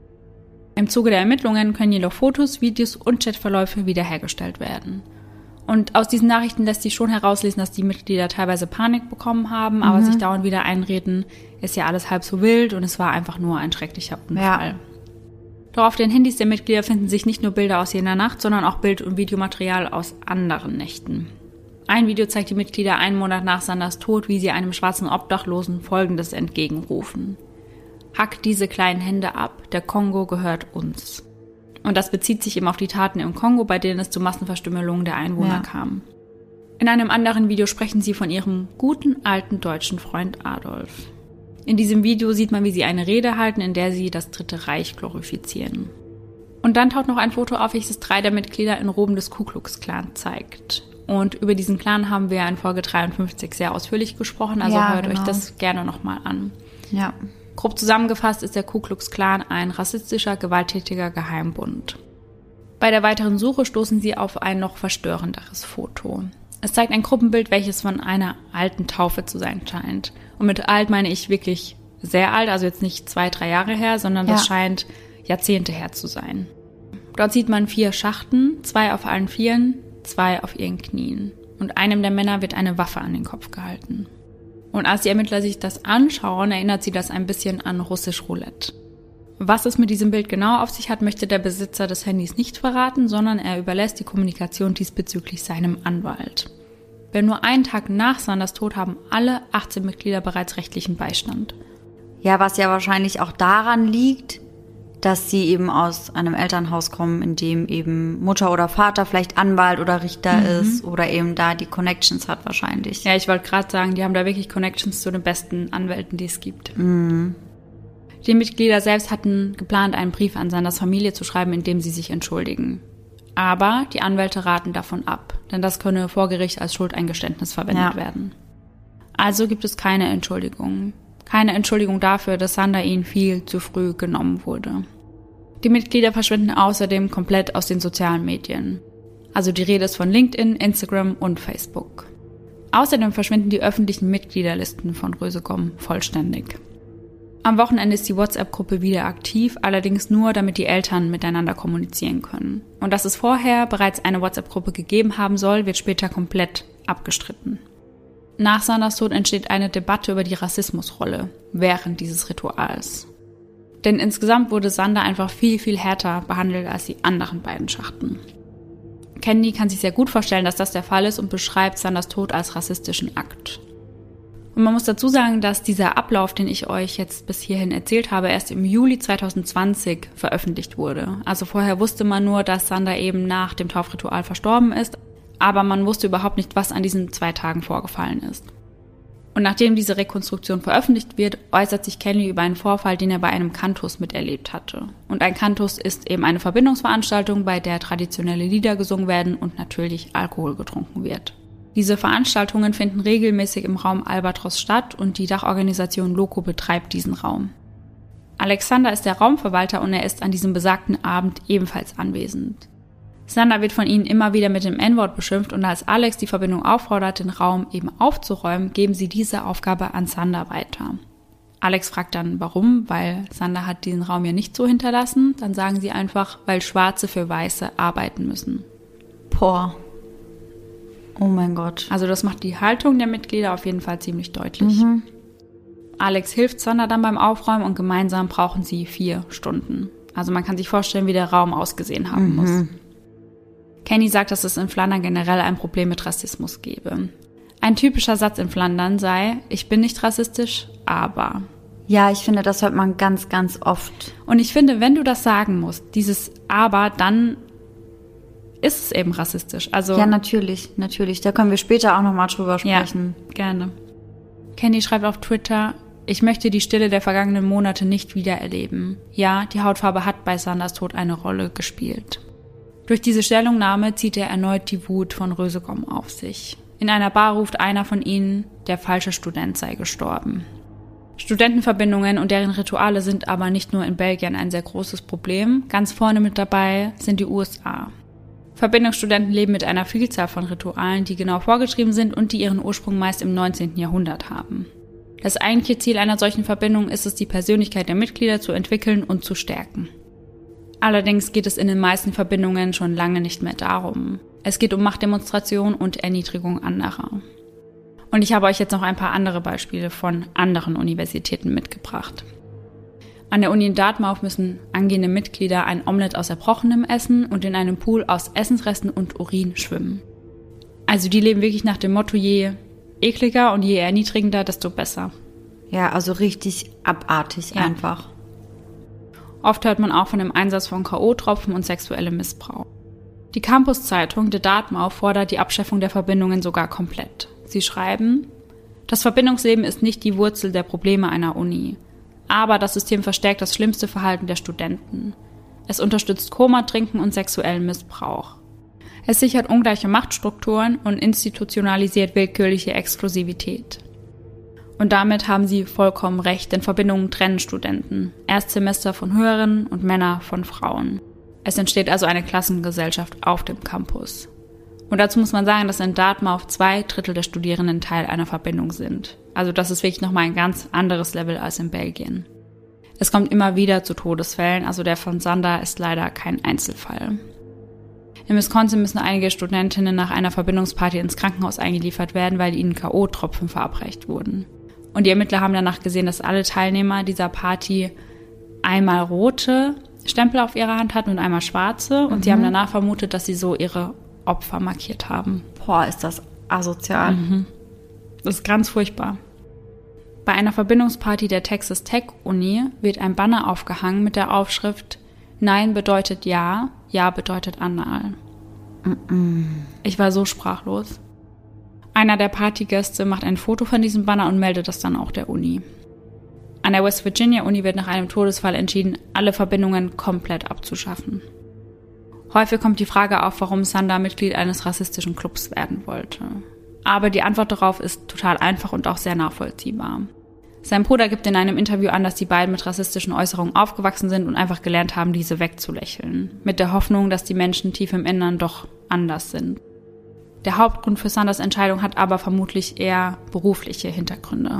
Im Zuge der Ermittlungen können jedoch Fotos, Videos und Chatverläufe wiederhergestellt werden. Und aus diesen Nachrichten lässt sich schon herauslesen, dass die Mitglieder teilweise Panik bekommen haben, aber sich dauernd wieder einreden, ist ja alles halb so wild und es war einfach nur ein schrecklicher Unfall. Ja. Doch auf den Handys der Mitglieder finden sich nicht nur Bilder aus jener Nacht, sondern auch Bild- und Videomaterial aus anderen Nächten. Ein Video zeigt die Mitglieder 1 Monat nach Sanders Tod, wie sie einem schwarzen Obdachlosen Folgendes entgegenrufen: Hack diese kleinen Hände ab, der Kongo gehört uns. Und das bezieht sich eben auf die Taten im Kongo, bei denen es zu Massenverstümmelungen der Einwohner kam. In einem anderen Video sprechen sie von ihrem guten alten deutschen Freund Adolf. In diesem Video sieht man, wie sie eine Rede halten, in der sie das Dritte Reich glorifizieren. Und dann taucht noch ein Foto auf, welches 3 der Mitglieder in Roben des Ku Klux Klan zeigt. Und über diesen Clan haben wir in Folge 53 sehr ausführlich gesprochen, also hört euch das gerne nochmal an.
Ja.
Grob zusammengefasst ist der Ku Klux Klan ein rassistischer, gewalttätiger Geheimbund. Bei der weiteren Suche stoßen sie auf ein noch verstörenderes Foto. Es zeigt ein Gruppenbild, welches von einer alten Taufe zu sein scheint. Und mit alt meine ich wirklich sehr alt, also jetzt nicht 2-3 Jahre her, sondern das scheint Jahrzehnte her zu sein. Dort sieht man 4 Schachten, 2 auf allen Vieren, 2 auf ihren Knien. Und einem der Männer wird eine Waffe an den Kopf gehalten. Und als die Ermittler sich das anschauen, erinnert sie das ein bisschen an russisch Roulette. Was es mit diesem Bild genau auf sich hat, möchte der Besitzer des Handys nicht verraten, sondern er überlässt die Kommunikation diesbezüglich seinem Anwalt. Denn nur einen Tag nach Sanders Tod haben alle 18 Mitglieder bereits rechtlichen Beistand.
Ja, was ja wahrscheinlich auch daran liegt, dass sie eben aus einem Elternhaus kommen, in dem eben Mutter oder Vater vielleicht Anwalt oder Richter ist oder eben da die Connections hat wahrscheinlich.
Ja, ich wollte gerade sagen, die haben da wirklich Connections zu den besten Anwälten, die es gibt. Die Mitglieder selbst hatten geplant, einen Brief an Sanders Familie zu schreiben, in dem sie sich entschuldigen. Aber die Anwälte raten davon ab, denn das könne vor Gericht als Schuldeingeständnis verwendet werden. Also gibt es keine Entschuldigung. Keine Entschuldigung dafür, dass Sander ihnen viel zu früh genommen wurde. Die Mitglieder verschwinden außerdem komplett aus den sozialen Medien. Also die Rede ist von LinkedIn, Instagram und Facebook. Außerdem verschwinden die öffentlichen Mitgliederlisten von Rösegom vollständig. Am Wochenende ist die WhatsApp-Gruppe wieder aktiv, allerdings nur, damit die Eltern miteinander kommunizieren können. Und dass es vorher bereits eine WhatsApp-Gruppe gegeben haben soll, wird später komplett abgestritten. Nach Sanders Tod entsteht eine Debatte über die Rassismusrolle während dieses Rituals. Denn insgesamt wurde Sander einfach viel, viel härter behandelt als die anderen beiden Schachten. Candy kann sich sehr gut vorstellen, dass das der Fall ist und beschreibt Sanders Tod als rassistischen Akt. Und man muss dazu sagen, dass dieser Ablauf, den ich euch jetzt bis hierhin erzählt habe, erst im Juli 2020 veröffentlicht wurde. Also vorher wusste man nur, dass Sander eben nach dem Taufritual verstorben ist, aber man wusste überhaupt nicht, was an diesen 2 Tagen vorgefallen ist. Und nachdem diese Rekonstruktion veröffentlicht wird, äußert sich Kenny über einen Vorfall, den er bei einem Kantus miterlebt hatte. Und ein Kantus ist eben eine Verbindungsveranstaltung, bei der traditionelle Lieder gesungen werden und natürlich Alkohol getrunken wird. Diese Veranstaltungen finden regelmäßig im Raum Albatros statt und die Dachorganisation Loco betreibt diesen Raum. Alexander ist der Raumverwalter und er ist an diesem besagten Abend ebenfalls anwesend. Sander wird von ihnen immer wieder mit dem N-Wort beschimpft und als Alex die Verbindung auffordert, den Raum eben aufzuräumen, geben sie diese Aufgabe an Sander weiter. Alex fragt dann, warum, weil Sander hat diesen Raum ja nicht so hinterlassen. Dann sagen sie einfach, weil Schwarze für Weiße arbeiten müssen.
Boah. Oh mein Gott.
Also das macht die Haltung der Mitglieder auf jeden Fall ziemlich deutlich. Alex hilft Sander dann beim Aufräumen und gemeinsam brauchen sie 4 Stunden. Also man kann sich vorstellen, wie der Raum ausgesehen haben muss. Kenny sagt, dass es in Flandern generell ein Problem mit Rassismus gebe. Ein typischer Satz in Flandern sei, ich bin nicht rassistisch, aber.
Ja, ich finde, das hört man ganz, ganz oft.
Und ich finde, wenn du das sagen musst, dieses aber, dann ist es eben rassistisch. Also,
ja, natürlich. Da können wir später auch nochmal drüber sprechen.
Ja, gerne. Kenny schreibt auf Twitter, ich möchte die Stille der vergangenen Monate nicht wieder erleben. Ja, die Hautfarbe hat bei Sanders Tod eine Rolle gespielt. Durch diese Stellungnahme zieht er erneut die Wut von Rösegom auf sich. In einer Bar ruft einer von ihnen, der falsche Student sei gestorben. Studentenverbindungen und deren Rituale sind aber nicht nur in Belgien ein sehr großes Problem. Ganz vorne mit dabei sind die USA. Verbindungsstudenten leben mit einer Vielzahl von Ritualen, die genau vorgeschrieben sind und die ihren Ursprung meist im 19. Jahrhundert haben. Das eigentliche Ziel einer solchen Verbindung ist es, die Persönlichkeit der Mitglieder zu entwickeln und zu stärken. Allerdings geht es in den meisten Verbindungen schon lange nicht mehr darum. Es geht um Machtdemonstration und Erniedrigung anderer. Und ich habe euch jetzt noch ein paar andere Beispiele von anderen Universitäten mitgebracht. An der Uni in Dartmouth müssen angehende Mitglieder ein Omelett aus Erbrochenem essen und in einem Pool aus Essensresten und Urin schwimmen. Also die leben wirklich nach dem Motto, je ekliger und je erniedrigender, desto besser.
Ja, also richtig abartig einfach.
Oft hört man auch von dem Einsatz von K.O.-Tropfen und sexuellem Missbrauch. Die Campus-Zeitung The Dartmouth fordert die Abschaffung der Verbindungen sogar komplett. Sie schreiben, das Verbindungsleben ist nicht die Wurzel der Probleme einer Uni, aber das System verstärkt das schlimmste Verhalten der Studenten. Es unterstützt Komatrinken und sexuellen Missbrauch. Es sichert ungleiche Machtstrukturen und institutionalisiert willkürliche Exklusivität. Und damit haben sie vollkommen recht, denn Verbindungen trennen Studenten, Erstsemester von Höheren und Männer von Frauen. Es entsteht also eine Klassengesellschaft auf dem Campus. Und dazu muss man sagen, dass in Dartmouth 2/3 der Studierenden Teil einer Verbindung sind. Also das ist wirklich nochmal ein ganz anderes Level als in Belgien. Es kommt immer wieder zu Todesfällen, also der von Sander ist leider kein Einzelfall. In Wisconsin müssen einige Studentinnen nach einer Verbindungsparty ins Krankenhaus eingeliefert werden, weil ihnen K.O.-Tropfen verabreicht wurden. Und die Ermittler haben danach gesehen, dass alle Teilnehmer dieser Party einmal rote Stempel auf ihrer Hand hatten und einmal schwarze. Und sie haben danach vermutet, dass sie so ihre Opfer markiert haben.
Boah, ist das asozial.
Das ist ganz furchtbar. Bei einer Verbindungsparty der Texas Tech Uni wird ein Banner aufgehangen mit der Aufschrift Nein bedeutet Ja, Ja bedeutet anal. Ich war so sprachlos. Einer der Partygäste macht ein Foto von diesem Banner und meldet das dann auch der Uni. An der West Virginia Uni wird nach einem Todesfall entschieden, alle Verbindungen komplett abzuschaffen. Häufig kommt die Frage auf, warum Sander Mitglied eines rassistischen Clubs werden wollte. Aber die Antwort darauf ist total einfach und auch sehr nachvollziehbar. Sein Bruder gibt in einem Interview an, dass die beiden mit rassistischen Äußerungen aufgewachsen sind und einfach gelernt haben, diese wegzulächeln. Mit der Hoffnung, dass die Menschen tief im Innern doch anders sind. Der Hauptgrund für Sanders Entscheidung hat aber vermutlich eher berufliche Hintergründe.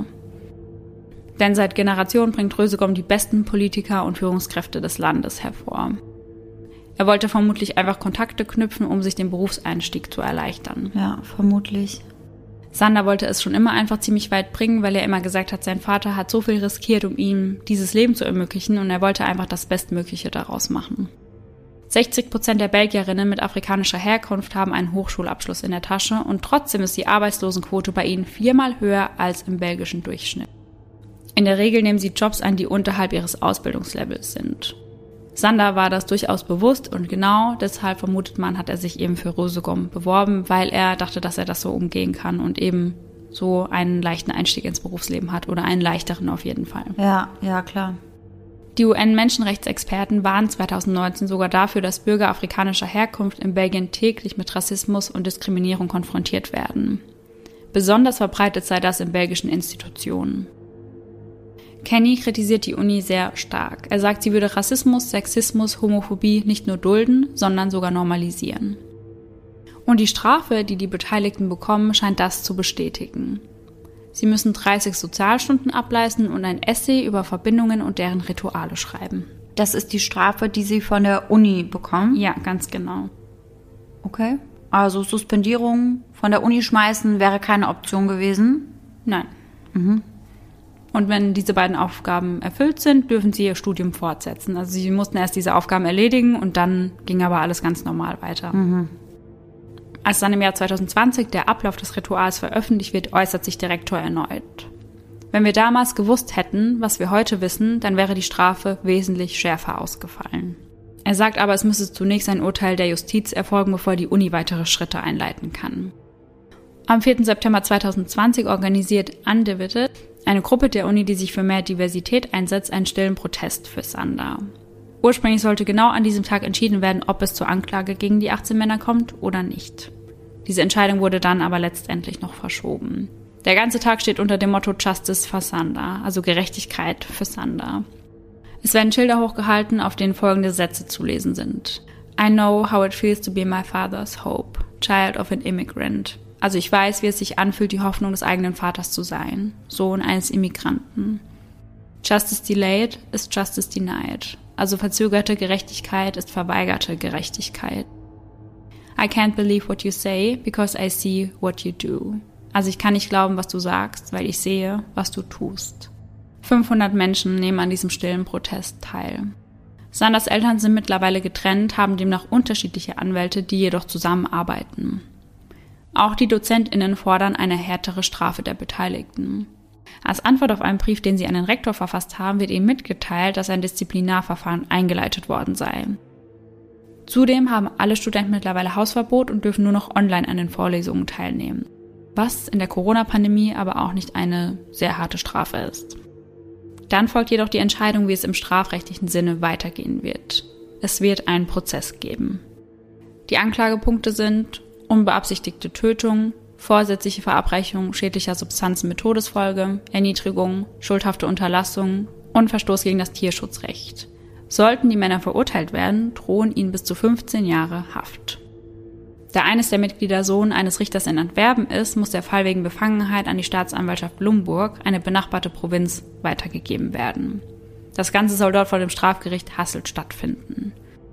Denn seit Generationen bringt Rösegom die besten Politiker und Führungskräfte des Landes hervor. Er wollte vermutlich einfach Kontakte knüpfen, um sich den Berufseinstieg zu erleichtern.
Ja, vermutlich.
Sander wollte es schon immer einfach ziemlich weit bringen, weil er immer gesagt hat, sein Vater hat so viel riskiert, um ihm dieses Leben zu ermöglichen, und er wollte einfach das Bestmögliche daraus machen. 60% der Belgierinnen mit afrikanischer Herkunft haben einen Hochschulabschluss in der Tasche und trotzdem ist die Arbeitslosenquote bei ihnen 4-mal höher als im belgischen Durchschnitt. In der Regel nehmen sie Jobs an, die unterhalb ihres Ausbildungslevels sind. Sander war das durchaus bewusst und genau deshalb vermutet man, hat er sich eben für Rösegom beworben, weil er dachte, dass er das so umgehen kann und eben so einen leichten Einstieg ins Berufsleben hat oder einen leichteren auf jeden Fall.
Ja, klar.
Die UN-Menschenrechtsexperten warnen 2019 sogar dafür, dass Bürger afrikanischer Herkunft in Belgien täglich mit Rassismus und Diskriminierung konfrontiert werden. Besonders verbreitet sei das in belgischen Institutionen. Kenny kritisiert die Uni sehr stark. Er sagt, sie würde Rassismus, Sexismus, Homophobie nicht nur dulden, sondern sogar normalisieren. Und die Strafe, die die Beteiligten bekommen, scheint das zu bestätigen. Sie müssen 30 Sozialstunden ableisten und ein Essay über Verbindungen und deren Rituale schreiben.
Das ist die Strafe, die sie von der Uni bekommen?
Ja, ganz genau.
Okay. Also Suspendierung von der Uni schmeißen wäre keine Option gewesen?
Nein. Und wenn diese beiden Aufgaben erfüllt sind, dürfen sie ihr Studium fortsetzen. Also sie mussten erst diese Aufgaben erledigen und dann ging aber alles ganz normal weiter. Als dann im Jahr 2020 der Ablauf des Rituals veröffentlicht wird, äußert sich der Rektor erneut. Wenn wir damals gewusst hätten, was wir heute wissen, dann wäre die Strafe wesentlich schärfer ausgefallen. Er sagt aber, es müsse zunächst ein Urteil der Justiz erfolgen, bevor die Uni weitere Schritte einleiten kann. Am 4. September 2020 organisiert Undivided, eine Gruppe der Uni, die sich für mehr Diversität einsetzt, einen stillen Protest für Sander. Ursprünglich sollte genau an diesem Tag entschieden werden, ob es zur Anklage gegen die 18 Männer kommt oder nicht. Diese Entscheidung wurde dann aber letztendlich noch verschoben. Der ganze Tag steht unter dem Motto Justice for Sander, also Gerechtigkeit für Sander. Es werden Schilder hochgehalten, auf denen folgende Sätze zu lesen sind. I know how it feels to be my father's hope, child of an immigrant. Also ich weiß, wie es sich anfühlt, die Hoffnung des eigenen Vaters zu sein, Sohn eines Immigranten. Justice delayed is justice denied. Also verzögerte Gerechtigkeit ist verweigerte Gerechtigkeit. I can't believe what you say, because I see what you do. Also ich kann nicht glauben, was du sagst, weil ich sehe, was du tust. 500 Menschen nehmen an diesem stillen Protest teil. Sanders Eltern sind mittlerweile getrennt, haben demnach unterschiedliche Anwälte, die jedoch zusammenarbeiten. Auch die DozentInnen fordern eine härtere Strafe der Beteiligten. Als Antwort auf einen Brief, den sie an den Rektor verfasst haben, wird ihnen mitgeteilt, dass ein Disziplinarverfahren eingeleitet worden sei. Zudem haben alle Studenten mittlerweile Hausverbot und dürfen nur noch online an den Vorlesungen teilnehmen. Was in der Corona-Pandemie aber auch nicht eine sehr harte Strafe ist. Dann folgt jedoch die Entscheidung, wie es im strafrechtlichen Sinne weitergehen wird. Es wird einen Prozess geben. Die Anklagepunkte sind unbeabsichtigte Tötung, vorsätzliche Verabreichung schädlicher Substanzen mit Todesfolge, Erniedrigung, schuldhafte Unterlassung und Verstoß gegen das Tierschutzrecht. Sollten die Männer verurteilt werden, drohen ihnen bis zu 15 Jahre Haft. Da eines der Mitglieder Sohn eines Richters in Antwerpen ist, muss der Fall wegen Befangenheit an die Staatsanwaltschaft Lumburg, eine benachbarte Provinz, weitergegeben werden. Das Ganze soll dort vor dem Strafgericht Hasselt stattfinden.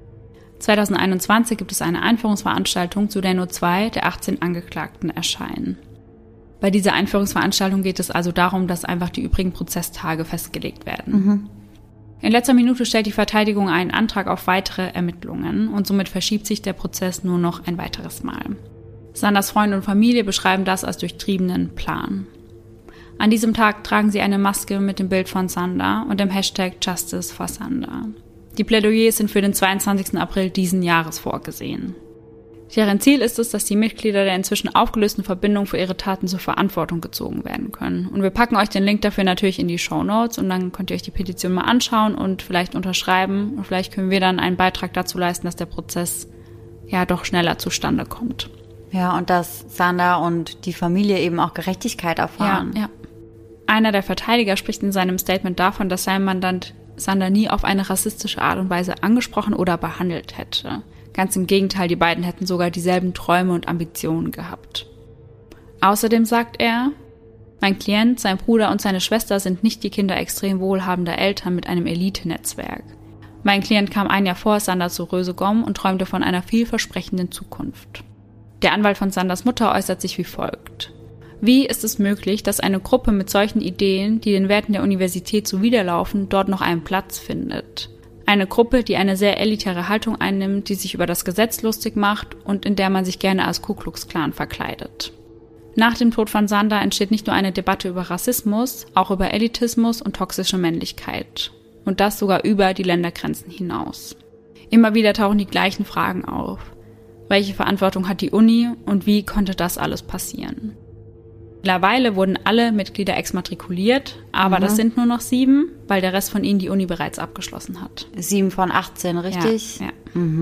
2021 gibt es eine Einführungsveranstaltung, zu der nur 2 der 18 Angeklagten erscheinen. Bei dieser Einführungsveranstaltung geht es also darum, dass einfach die übrigen Prozesstage festgelegt werden. In letzter Minute stellt die Verteidigung einen Antrag auf weitere Ermittlungen und somit verschiebt sich der Prozess nur noch ein weiteres Mal. Sanders Freunde und Familie beschreiben das als durchtriebenen Plan. An diesem Tag tragen sie eine Maske mit dem Bild von Sander und dem Hashtag Justice for Sander. Die Plädoyers sind für den 22. April diesen Jahres vorgesehen. Deren Ziel ist es, dass die Mitglieder der inzwischen aufgelösten Verbindung für ihre Taten zur Verantwortung gezogen werden können. Und wir packen euch den Link dafür natürlich in die Shownotes und dann könnt ihr euch die Petition mal anschauen und vielleicht unterschreiben. Und vielleicht können wir dann einen Beitrag dazu leisten, dass der Prozess ja doch schneller zustande kommt.
Ja, und dass Sander und die Familie eben auch Gerechtigkeit erfahren.
Ja. Einer der Verteidiger spricht in seinem Statement davon, dass sein Mandant Sander nie auf eine rassistische Art und Weise angesprochen oder behandelt hätte. Ganz im Gegenteil, die beiden hätten sogar dieselben Träume und Ambitionen gehabt. Außerdem sagt er, mein Klient, sein Bruder und seine Schwester sind nicht die Kinder extrem wohlhabender Eltern mit einem Elite-Netzwerk. Mein Klient kam ein Jahr vor Sander zu Rösegom und träumte von einer vielversprechenden Zukunft. Der Anwalt von Sanders Mutter äußert sich wie folgt. Wie ist es möglich, dass eine Gruppe mit solchen Ideen, die den Werten der Universität zuwiderlaufen, dort noch einen Platz findet? Eine Gruppe, die eine sehr elitäre Haltung einnimmt, die sich über das Gesetz lustig macht und in der man sich gerne als Ku Klux Klan verkleidet. Nach dem Tod von Sander entsteht nicht nur eine Debatte über Rassismus, auch über Elitismus und toxische Männlichkeit. Und das sogar über die Ländergrenzen hinaus. Immer wieder tauchen die gleichen Fragen auf. Welche Verantwortung hat die Uni und wie konnte das alles passieren? Mittlerweile wurden alle Mitglieder exmatrikuliert, aber das sind nur noch 7, weil der Rest von ihnen die Uni bereits abgeschlossen hat.
7 von 18, richtig?
Ja.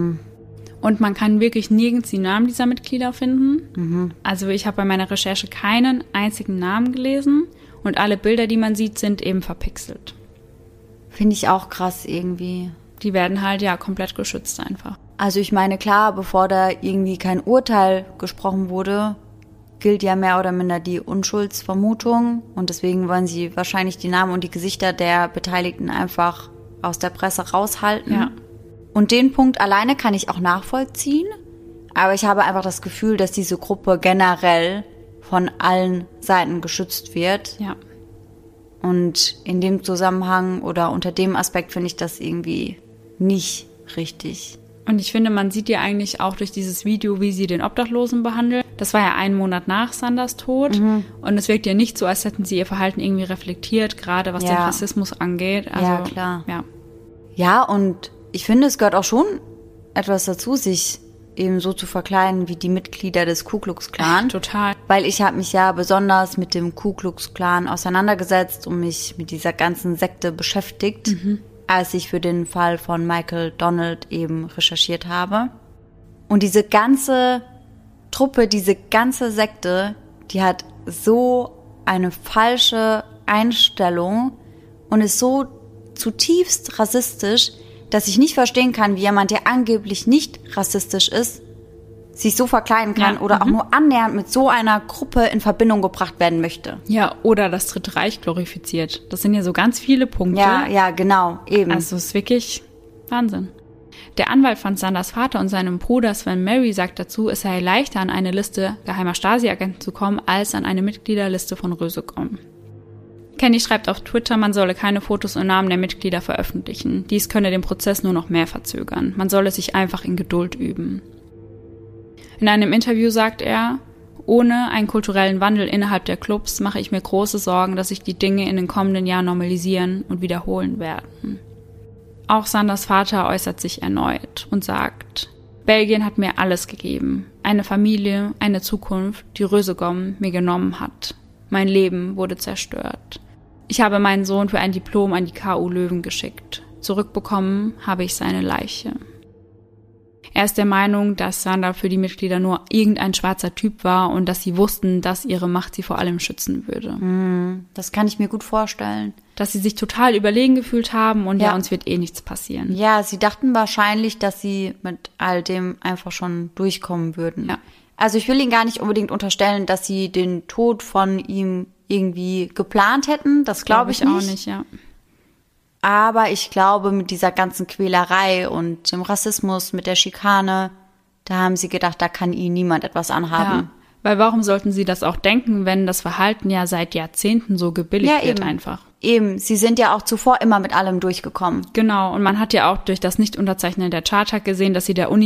Und man kann wirklich nirgends die Namen dieser Mitglieder finden. Also ich habe bei meiner Recherche keinen einzigen Namen gelesen und alle Bilder, die man sieht, sind eben verpixelt.
Finde ich auch krass irgendwie.
Die werden halt ja komplett geschützt einfach.
Also ich meine, klar, bevor da irgendwie kein Urteil gesprochen wurde, gilt ja mehr oder minder die Unschuldsvermutung und deswegen wollen sie wahrscheinlich die Namen und die Gesichter der Beteiligten einfach aus der Presse raushalten.
Ja.
Und den Punkt alleine kann ich auch nachvollziehen, aber ich habe einfach das Gefühl, dass diese Gruppe generell von allen Seiten geschützt wird.
Ja.
Und in dem Zusammenhang oder unter dem Aspekt finde ich das irgendwie nicht richtig.
Und ich finde, man sieht ja eigentlich auch durch dieses Video, wie sie den Obdachlosen behandeln. Das war ja 1 Monat nach Sanders Tod. Und es wirkt ja nicht so, als hätten sie ihr Verhalten irgendwie reflektiert, gerade was den Rassismus angeht. Also,
ja, klar.
Ja.
Ja, und ich finde, es gehört auch schon etwas dazu, sich eben so zu verkleiden wie die Mitglieder des Ku Klux Klan.
Total.
Weil ich habe mich ja besonders mit dem Ku Klux Klan auseinandergesetzt und mich mit dieser ganzen Sekte beschäftigt, als ich für den Fall von Michael Donald eben recherchiert habe. Und diese ganze Truppe, diese ganze Sekte, die hat so eine falsche Einstellung und ist so zutiefst rassistisch, dass ich nicht verstehen kann, wie jemand, der angeblich nicht rassistisch ist, sich so verkleiden kann oder auch nur annähernd mit so einer Gruppe in Verbindung gebracht werden möchte.
Ja, oder das Dritte Reich glorifiziert. Das sind ja so ganz viele Punkte.
Ja, genau, eben.
Also es ist wirklich Wahnsinn. Der Anwalt von Sanders Vater und seinem Bruder Sven Mary sagt dazu, es sei leichter, an eine Liste geheimer Stasi-Agenten zu kommen, als an eine Mitgliederliste von Rösegom. Kenny schreibt auf Twitter, man solle keine Fotos und Namen der Mitglieder veröffentlichen. Dies könne den Prozess nur noch mehr verzögern. Man solle sich einfach in Geduld üben. In einem Interview sagt er, ohne einen kulturellen Wandel innerhalb der Clubs mache ich mir große Sorgen, dass sich die Dinge in den kommenden Jahren normalisieren und wiederholen werden. Auch Sanders Vater äußert sich erneut und sagt, Belgien hat mir alles gegeben. Eine Familie, eine Zukunft, die Rösegom mir genommen hat. Mein Leben wurde zerstört. Ich habe meinen Sohn für ein Diplom an die KU Leuven geschickt. Zurückbekommen habe ich seine Leiche. Er ist der Meinung, dass Sander für die Mitglieder nur irgendein schwarzer Typ war und dass sie wussten, dass ihre Macht sie vor allem schützen würde.
Das kann ich mir gut vorstellen.
Dass sie sich total überlegen gefühlt haben und ja, uns wird eh nichts passieren.
Ja, sie dachten wahrscheinlich, dass sie mit all dem einfach schon durchkommen würden.
Ja.
Also ich will ihnen gar nicht unbedingt unterstellen, dass sie den Tod von ihm irgendwie geplant hätten. Das glaube ich nicht.
Auch nicht, ja.
Aber ich glaube, mit dieser ganzen Quälerei und dem Rassismus, mit der Schikane, da haben sie gedacht, da kann ihnen niemand etwas anhaben.
Ja, weil warum sollten sie das auch denken, wenn das Verhalten ja seit Jahrzehnten so gebilligt wird einfach?
Eben, sie sind ja auch zuvor immer mit allem durchgekommen.
Genau, und man hat ja auch durch das Nicht-Unterzeichnen der Charta gesehen, dass sie der Uni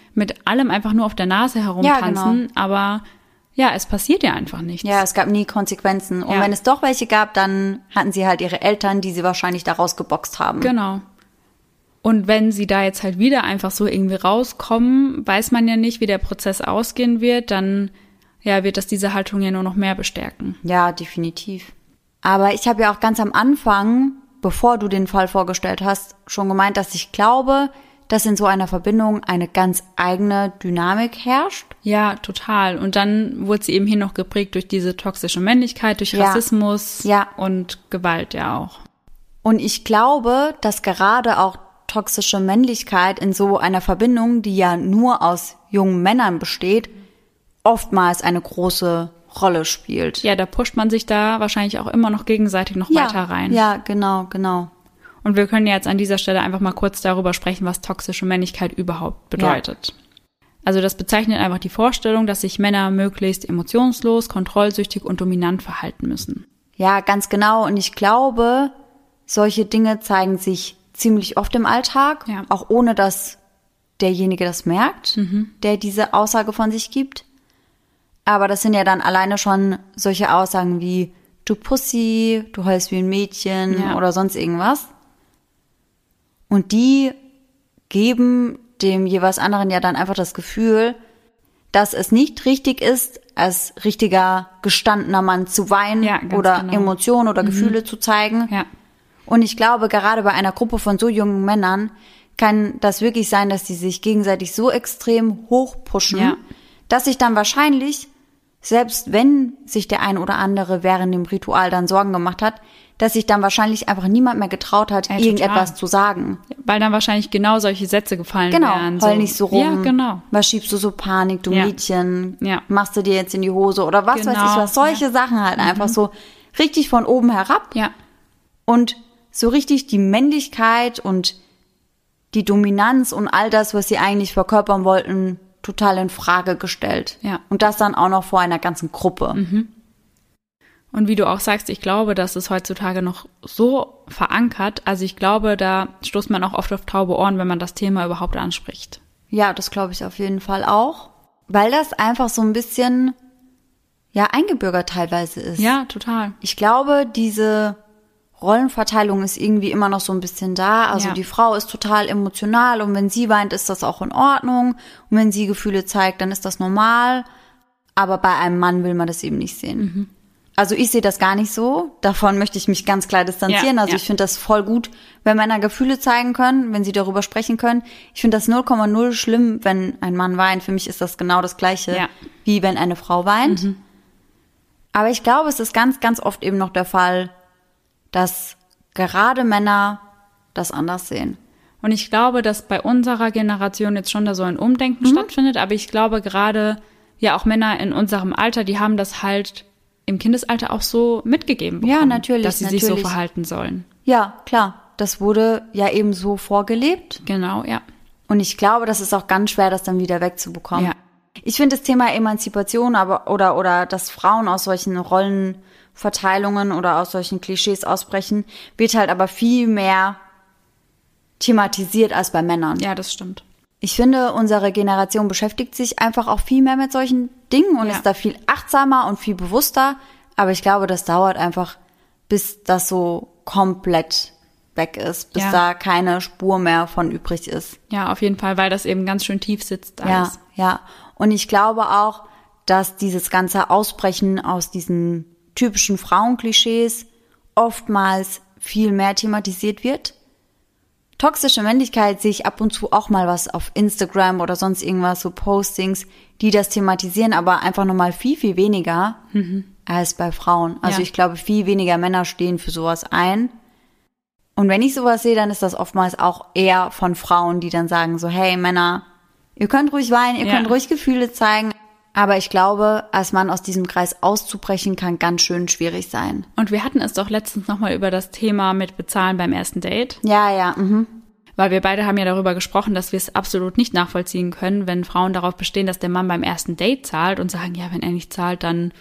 mit allem einfach nur auf der Nase herumtanzen, aber ja, es passiert ja einfach nichts.
Ja, es gab nie Konsequenzen. Und
Ja.
wenn es doch welche gab, dann hatten sie halt ihre Eltern, die sie wahrscheinlich da rausgeboxt haben.
Genau. Und wenn sie da jetzt halt wieder einfach so irgendwie rauskommen, weiß man ja nicht, wie der Prozess ausgehen wird, dann ja, wird das diese Haltung ja nur noch mehr bestärken.
Ja, definitiv. Aber ich habe ja auch ganz am Anfang, bevor du den Fall vorgestellt hast, schon gemeint, dass ich glaube, dass in so einer Verbindung eine ganz eigene Dynamik herrscht.
Ja, total. Und dann wurde sie eben hier noch geprägt durch diese toxische Männlichkeit, durch
Ja.
Rassismus
Ja.
und Gewalt ja auch.
Und ich glaube, dass gerade auch toxische Männlichkeit in so einer Verbindung, die ja nur aus jungen Männern besteht, oftmals eine große Rolle spielt.
Ja, da pusht man sich da wahrscheinlich auch immer noch gegenseitig noch weiter rein.
Ja, genau.
Und wir können jetzt an dieser Stelle einfach mal kurz darüber sprechen, was toxische Männlichkeit überhaupt bedeutet. Also das bezeichnet einfach die Vorstellung, dass sich Männer möglichst emotionslos, kontrollsüchtig und dominant verhalten müssen.
Ja, ganz genau. Und ich glaube, solche Dinge zeigen sich ziemlich oft im Alltag,
Ja.
auch ohne dass derjenige das merkt, der diese Aussage von sich gibt. Aber das sind ja dann alleine schon solche Aussagen wie du Pussy, du heulst wie ein Mädchen
Ja.
oder sonst irgendwas. Und die geben dem jeweils anderen ja dann einfach das Gefühl, dass es nicht richtig ist, als richtiger gestandener Mann zu weinen
Ja, ganz
oder
genau.
Emotionen oder Gefühle zu zeigen.
Ja.
Und ich glaube, gerade bei einer Gruppe von so jungen Männern kann das wirklich sein, dass die sich gegenseitig so extrem hochpushen,
Ja.
dass sich dann wahrscheinlich, selbst wenn sich der ein oder andere während dem Ritual dann Sorgen gemacht hat, dass sich dann wahrscheinlich einfach niemand mehr getraut hat,
Ja, total.
irgendetwas zu sagen.
Weil dann wahrscheinlich genau solche Sätze gefallen
Genau,
wären.
heul nicht so rum.
Ja, genau.
Was schiebst du so Panik, du
Ja.
Mädchen?
Ja.
Machst du dir jetzt in die Hose oder was weiß ich
Genau,
was? Solche Sachen halt einfach so richtig von oben herab.
Ja,
Und so richtig die Männlichkeit und die Dominanz und all das, was sie eigentlich verkörpern wollten, total in Frage gestellt.
Ja.
Und das dann auch noch vor einer ganzen Gruppe.
und wie du auch sagst, ich glaube, das ist heutzutage noch so verankert. Also ich glaube, da stoßt man auch oft auf taube Ohren, wenn man das Thema überhaupt anspricht.
Ja, das glaube ich auf jeden Fall auch. Weil das einfach so ein bisschen, ja, eingebürgert teilweise ist.
Ja, total.
Ich glaube, diese Rollenverteilung ist irgendwie immer noch so ein bisschen da. Also
Ja.
die Frau ist total emotional und wenn sie weint, ist das auch in Ordnung. Und wenn sie Gefühle zeigt, dann ist das normal. Aber bei einem Mann will man das eben nicht sehen. Also ich sehe das gar nicht so. Davon möchte ich mich ganz klar distanzieren.
Ja,
Also
ja.
ich finde das voll gut, wenn Männer Gefühle zeigen können, wenn sie darüber sprechen können. Ich finde das 0,0 schlimm, wenn ein Mann weint. Für mich ist das genau das Gleiche,
Ja.
wie wenn eine Frau weint. Aber ich glaube, es ist ganz, ganz oft eben noch der Fall, dass gerade Männer das anders sehen.
Und ich glaube, dass bei unserer Generation jetzt schon da so ein Umdenken stattfindet. Aber ich glaube gerade, ja auch Männer in unserem Alter, die haben das halt im Kindesalter auch so mitgegeben bekommen.
Ja, natürlich,
dass sie sich so
natürlich.
verhalten sollen.
Ja, klar. Das wurde ja eben so vorgelebt.
Genau, ja.
Und ich glaube, das ist auch ganz schwer, das dann wieder wegzubekommen.
Ja.
Ich finde das Thema Emanzipation oder dass Frauen aus solchen Rollenverteilungen oder aus solchen Klischees ausbrechen, wird halt aber viel mehr thematisiert als bei Männern.
Ja, das stimmt.
Ich finde, unsere Generation beschäftigt sich einfach auch viel mehr mit solchen Dingen und
Ja.
ist da viel achtsamer und viel bewusster. Aber ich glaube, das dauert einfach, bis das so komplett weg ist, bis
Ja.
da keine Spur mehr von übrig ist.
Ja, auf jeden Fall, weil das eben ganz schön tief sitzt
Ja,
alles.
ja. Und ich glaube auch, dass dieses ganze Ausbrechen aus diesen typischen Frauenklischees oftmals viel mehr thematisiert wird. Toxische Männlichkeit sehe ich ab und zu auch mal was auf Instagram oder sonst irgendwas, so Postings, die das thematisieren, aber einfach nochmal viel, viel weniger als bei Frauen. Also
Ja.
ich glaube, viel weniger Männer stehen für sowas ein. Und wenn ich sowas sehe, dann ist das oftmals auch eher von Frauen, die dann sagen so, hey Männer, ihr könnt ruhig weinen, ihr
Ja.
könnt ruhig Gefühle zeigen. Aber ich glaube, als Mann aus diesem Kreis auszubrechen, kann ganz schön schwierig sein.
Und wir hatten es doch letztens nochmal über das Thema mit Bezahlen beim ersten Date.
Ja,
Weil wir beide haben ja darüber gesprochen, dass wir es absolut nicht nachvollziehen können, wenn Frauen darauf bestehen, dass der Mann beim ersten Date zahlt und sagen, ja, wenn er nicht zahlt, dann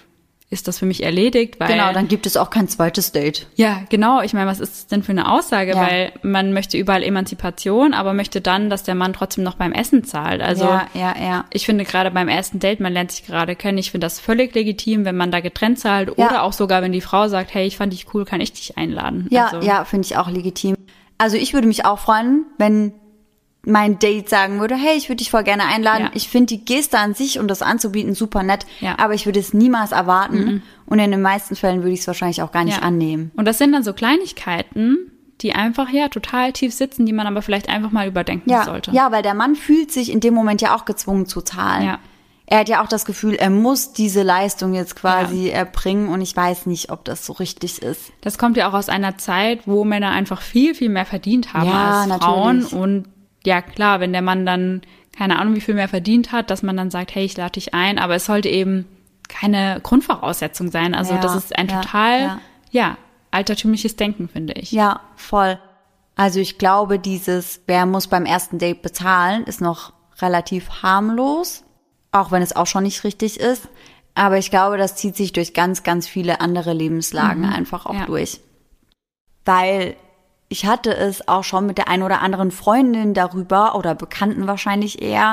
ist das für mich erledigt, weil...
Genau, dann gibt es auch kein zweites Date.
Ja, genau. Ich meine, was ist das denn für eine Aussage?
Ja.
Weil man möchte überall Emanzipation, aber möchte dann, dass der Mann trotzdem noch beim Essen zahlt. Also
ja.
ich finde gerade beim ersten Date, man lernt sich gerade kennen, ich finde das völlig legitim, wenn man da getrennt zahlt oder auch sogar, wenn die Frau sagt, hey, ich fand dich cool, kann ich dich einladen.
Ja,
also,
ja, finde ich auch legitim. Also ich würde mich auch freuen, wenn mein Date sagen würde, hey, ich würde dich voll gerne einladen.
Ja.
Ich finde die Geste an sich und das anzubieten super nett, aber ich würde es niemals erwarten und in den meisten Fällen würde ich es wahrscheinlich auch gar nicht annehmen.
Und das sind dann so Kleinigkeiten, die einfach total tief sitzen, die man aber vielleicht einfach mal überdenken sollte.
Ja, weil der Mann fühlt sich in dem Moment ja auch gezwungen zu zahlen.
Ja.
Er hat ja auch das Gefühl, er muss diese Leistung jetzt quasi erbringen und ich weiß nicht, ob das so richtig ist.
Das kommt ja auch aus einer Zeit, wo Männer einfach viel, viel mehr verdient haben als Frauen.
Natürlich.
Und ja, klar, wenn der Mann dann, keine Ahnung, wie viel mehr verdient hat, dass man dann sagt, hey, ich lade dich ein, aber es sollte eben keine Grundvoraussetzung sein. Also das ist ein total, altertümliches Denken, finde ich.
Ja, voll. Also ich glaube, dieses, wer muss beim ersten Date bezahlen, ist noch relativ harmlos, auch wenn es auch schon nicht richtig ist. Aber ich glaube, das zieht sich durch ganz, ganz viele andere Lebenslagen einfach auch durch. Weil ich hatte es auch schon mit der einen oder anderen Freundin darüber oder Bekannten wahrscheinlich eher,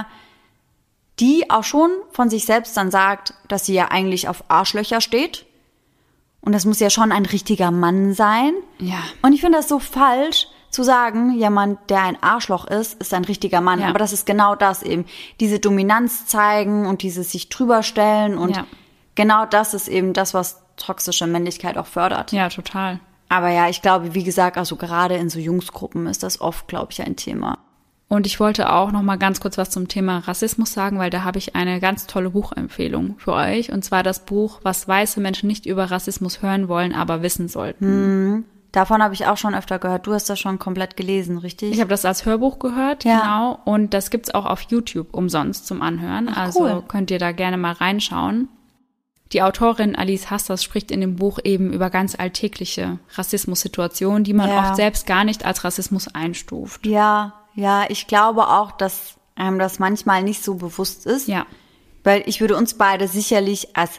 die auch schon von sich selbst dann sagt, dass sie ja eigentlich auf Arschlöcher steht. Und das muss ja schon ein richtiger Mann sein.
Ja.
Und ich finde das so falsch zu sagen, jemand, der ein Arschloch ist ein richtiger Mann.
Ja.
Aber das ist genau das eben. Diese Dominanz zeigen und dieses sich drüber stellen. Und genau das ist eben das, was toxische Männlichkeit auch fördert.
Ja, total.
Aber ja, ich glaube, wie gesagt, also gerade in so Jungsgruppen ist das oft, glaube ich, ein Thema.
Und ich wollte auch noch mal ganz kurz was zum Thema Rassismus sagen, weil da habe ich eine ganz tolle Buchempfehlung für euch. Und zwar das Buch, was weiße Menschen nicht über Rassismus hören wollen, aber wissen sollten.
Davon habe ich auch schon öfter gehört. Du hast das schon komplett gelesen, richtig?
Ich habe das als Hörbuch gehört, genau. Und das gibt's auch auf YouTube umsonst zum Anhören.
Ach,
also
cool.
Könnt ihr da gerne mal reinschauen. Die Autorin Alice Hassas spricht in dem Buch eben über ganz alltägliche Rassismussituationen, die man oft selbst gar nicht als Rassismus einstuft.
Ja, ich glaube auch, dass einem das manchmal nicht so bewusst ist.
Ja.
Weil ich würde uns beide sicherlich als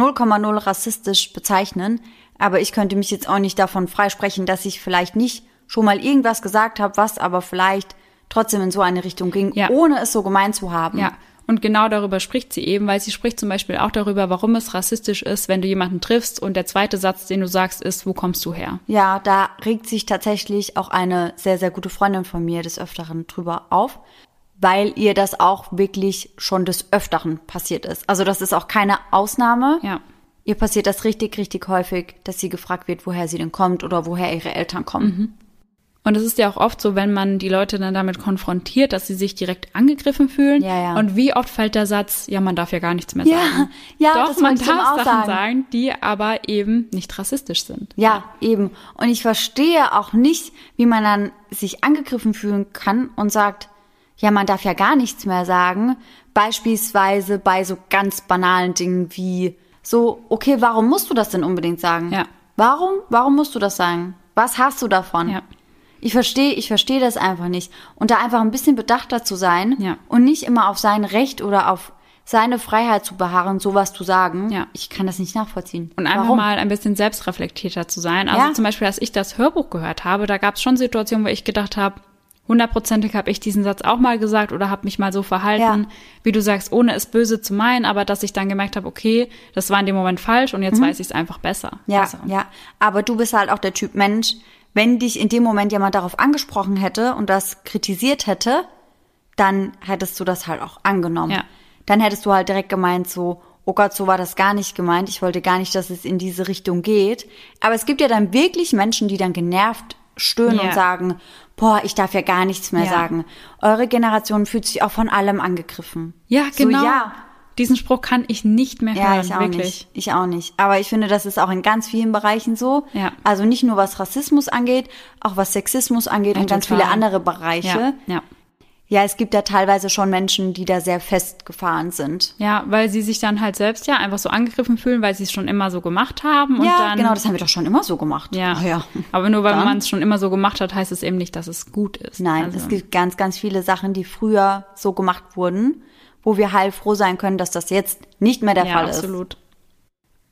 0,0 rassistisch bezeichnen, aber ich könnte mich jetzt auch nicht davon freisprechen, dass ich vielleicht nicht schon mal irgendwas gesagt habe, was aber vielleicht trotzdem in so eine Richtung ging, ohne es so gemeint zu haben.
Ja. Und genau darüber spricht sie eben, weil sie spricht zum Beispiel auch darüber, warum es rassistisch ist, wenn du jemanden triffst und der zweite Satz, den du sagst, ist, wo kommst du her?
Ja, da regt sich tatsächlich auch eine sehr, sehr gute Freundin von mir des Öfteren drüber auf, weil ihr das auch wirklich schon des Öfteren passiert ist. Also das ist auch keine Ausnahme.
Ja.
Ihr passiert das richtig, richtig häufig, dass sie gefragt wird, woher sie denn kommt oder woher ihre Eltern kommen.
Und es ist ja auch oft so, wenn man die Leute dann damit konfrontiert, dass sie sich direkt angegriffen fühlen.
Ja.
Und wie oft fällt der Satz, ja, man darf ja gar nichts mehr sagen.
Ja,
doch,
das
man
wollte ich
darf
auch
Sachen sagen, die aber eben nicht rassistisch sind.
Ja, eben. Und ich verstehe auch nicht, wie man dann sich angegriffen fühlen kann und sagt, ja, man darf ja gar nichts mehr sagen. Beispielsweise bei so ganz banalen Dingen wie so, okay, warum musst du das denn unbedingt sagen?
Ja.
Warum musst du das sagen? Was hast du davon?
Ja.
Ich verstehe das einfach nicht. Und da einfach ein bisschen bedachter zu sein und nicht immer auf sein Recht oder auf seine Freiheit zu beharren, sowas zu sagen.
Ja.
Ich kann das nicht nachvollziehen.
Und einfach mal ein bisschen selbstreflektierter zu sein. Also zum Beispiel, als ich das Hörbuch gehört habe, da gab es schon Situationen, wo ich gedacht habe, 100%ig habe ich diesen Satz auch mal gesagt oder habe mich mal so verhalten, wie du sagst, ohne es böse zu meinen, aber dass ich dann gemerkt habe, okay, das war in dem Moment falsch und jetzt weiß ich es einfach besser.
Ja,
also.
Aber du bist halt auch der Typ Mensch, wenn dich in dem Moment jemand darauf angesprochen hätte und das kritisiert hätte, dann hättest du das halt auch angenommen.
Ja.
Dann hättest du halt direkt gemeint so, oh Gott, so war das gar nicht gemeint. Ich wollte gar nicht, dass es in diese Richtung geht. Aber es gibt ja dann wirklich Menschen, die dann genervt stöhnen und sagen, boah, ich darf ja gar nichts mehr sagen. Eure Generation fühlt sich auch von allem angegriffen.
Ja, genau.
So,
Diesen Spruch kann ich nicht mehr hören,
ich auch
wirklich.
nicht. Ich auch nicht. Aber ich finde, das ist auch in ganz vielen Bereichen so.
Ja.
Also nicht nur was Rassismus angeht, auch was Sexismus angeht und ganz viele andere Bereiche. Ja, es gibt ja teilweise schon Menschen, die da sehr festgefahren sind.
Ja, weil sie sich dann halt selbst einfach so angegriffen fühlen, weil sie es schon immer so gemacht haben. Und dann,
genau, das haben wir doch schon immer so gemacht.
Ja,
Ach ja.
Aber nur weil man es schon immer so gemacht hat, heißt es eben nicht, dass es gut ist.
Nein, es gibt ganz, ganz viele Sachen, die früher so gemacht wurden, wo wir heilfroh sein können, dass das jetzt nicht mehr der Fall ist.
Ja, absolut.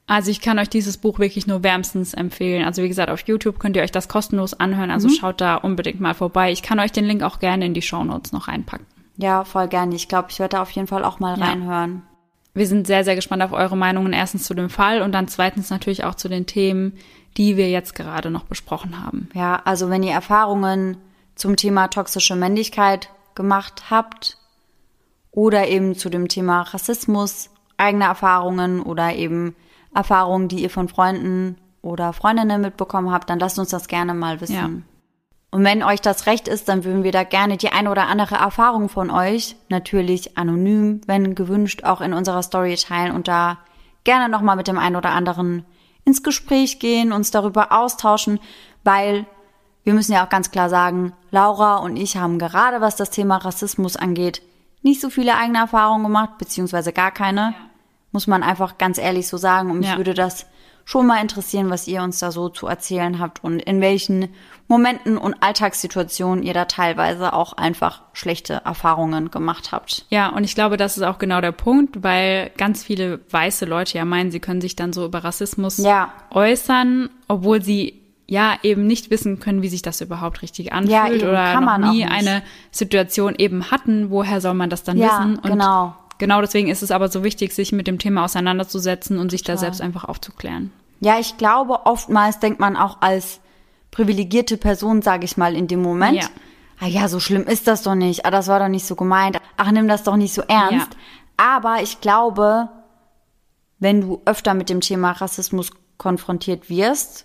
Also ich kann euch dieses Buch wirklich nur wärmstens empfehlen. Also wie gesagt, auf YouTube könnt ihr euch das kostenlos anhören. Also schaut da unbedingt mal vorbei. Ich kann euch den Link auch gerne in die Shownotes noch reinpacken.
Ja, voll gerne. Ich glaube, ich werde da auf jeden Fall auch mal reinhören.
Wir sind sehr, sehr gespannt auf eure Meinungen. Erstens zu dem Fall und dann zweitens natürlich auch zu den Themen, die wir jetzt gerade noch besprochen haben.
Ja, also wenn ihr Erfahrungen zum Thema toxische Männlichkeit gemacht habt oder eben zu dem Thema Rassismus, eigene Erfahrungen oder eben Erfahrungen, die ihr von Freunden oder Freundinnen mitbekommen habt, dann lasst uns das gerne mal wissen.
Ja.
Und wenn euch das recht ist, dann würden wir da gerne die eine oder andere Erfahrung von euch, natürlich anonym, wenn gewünscht, auch in unserer Story teilen und da gerne nochmal mit dem einen oder anderen ins Gespräch gehen, uns darüber austauschen, weil wir müssen ja auch ganz klar sagen, Laura und ich haben gerade, was das Thema Rassismus angeht, nicht so viele eigene Erfahrungen gemacht, beziehungsweise gar keine. Muss man einfach ganz ehrlich so sagen. Und mich würde das schon mal interessieren, was ihr uns da so zu erzählen habt und in welchen Momenten und Alltagssituationen ihr da teilweise auch einfach schlechte Erfahrungen gemacht habt.
Ja, und ich glaube, das ist auch genau der Punkt, weil ganz viele weiße Leute ja meinen, sie können sich dann so über Rassismus äußern, obwohl sie ja eben nicht wissen können, wie sich das überhaupt richtig anfühlt oder noch nie eine Situation eben hatten. Woher soll man das dann wissen? Und genau deswegen ist es aber so wichtig, sich mit dem Thema auseinanderzusetzen und sich da selbst einfach aufzuklären.
Ja, ich glaube, oftmals denkt man auch als privilegierte Person, sage ich mal, in dem Moment, so schlimm ist das doch nicht, das war doch nicht so gemeint, nimm das doch nicht so ernst. Ja. Aber ich glaube, wenn du öfter mit dem Thema Rassismus konfrontiert wirst,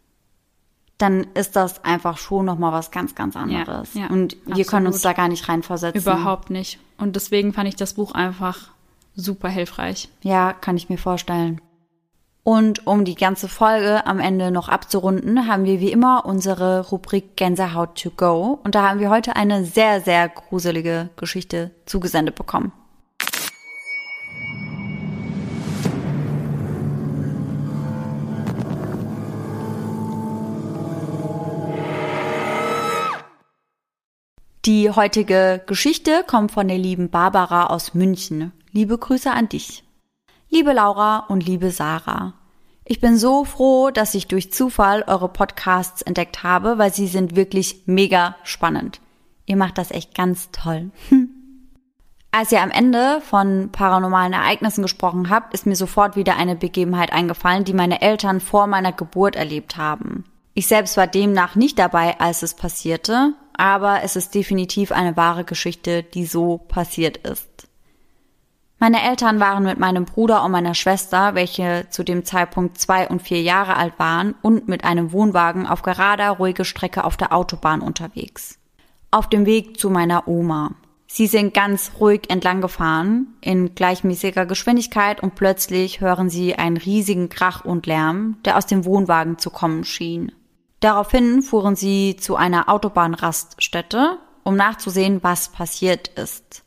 dann ist das einfach schon nochmal was ganz, ganz anderes.
Ja,
und wir können uns da gar nicht reinversetzen.
Überhaupt nicht. Und deswegen fand ich das Buch einfach super hilfreich.
Ja, kann ich mir vorstellen. Und um die ganze Folge am Ende noch abzurunden, haben wir wie immer unsere Rubrik Gänsehaut to go. Und da haben wir heute eine sehr, sehr gruselige Geschichte zugesendet bekommen. Die heutige Geschichte kommt von der lieben Barbara aus München. Liebe Grüße an dich. Liebe Laura und liebe Sarah, ich bin so froh, dass ich durch Zufall eure Podcasts entdeckt habe, weil sie sind wirklich mega spannend. Ihr macht das echt ganz toll. Als ihr am Ende von paranormalen Ereignissen gesprochen habt, ist mir sofort wieder eine Begebenheit eingefallen, die meine Eltern vor meiner Geburt erlebt haben. Ich selbst war demnach nicht dabei, als es passierte, aber es ist definitiv eine wahre Geschichte, die so passiert ist. Meine Eltern waren mit meinem Bruder und meiner Schwester, welche zu dem Zeitpunkt 2 und 4 Jahre alt waren, und mit einem Wohnwagen auf gerader, ruhiger Strecke auf der Autobahn unterwegs. Auf dem Weg zu meiner Oma. Sie sind ganz ruhig entlang gefahren, in gleichmäßiger Geschwindigkeit, und plötzlich hören sie einen riesigen Krach und Lärm, der aus dem Wohnwagen zu kommen schien. Daraufhin fuhren sie zu einer Autobahnraststätte, um nachzusehen, was passiert ist.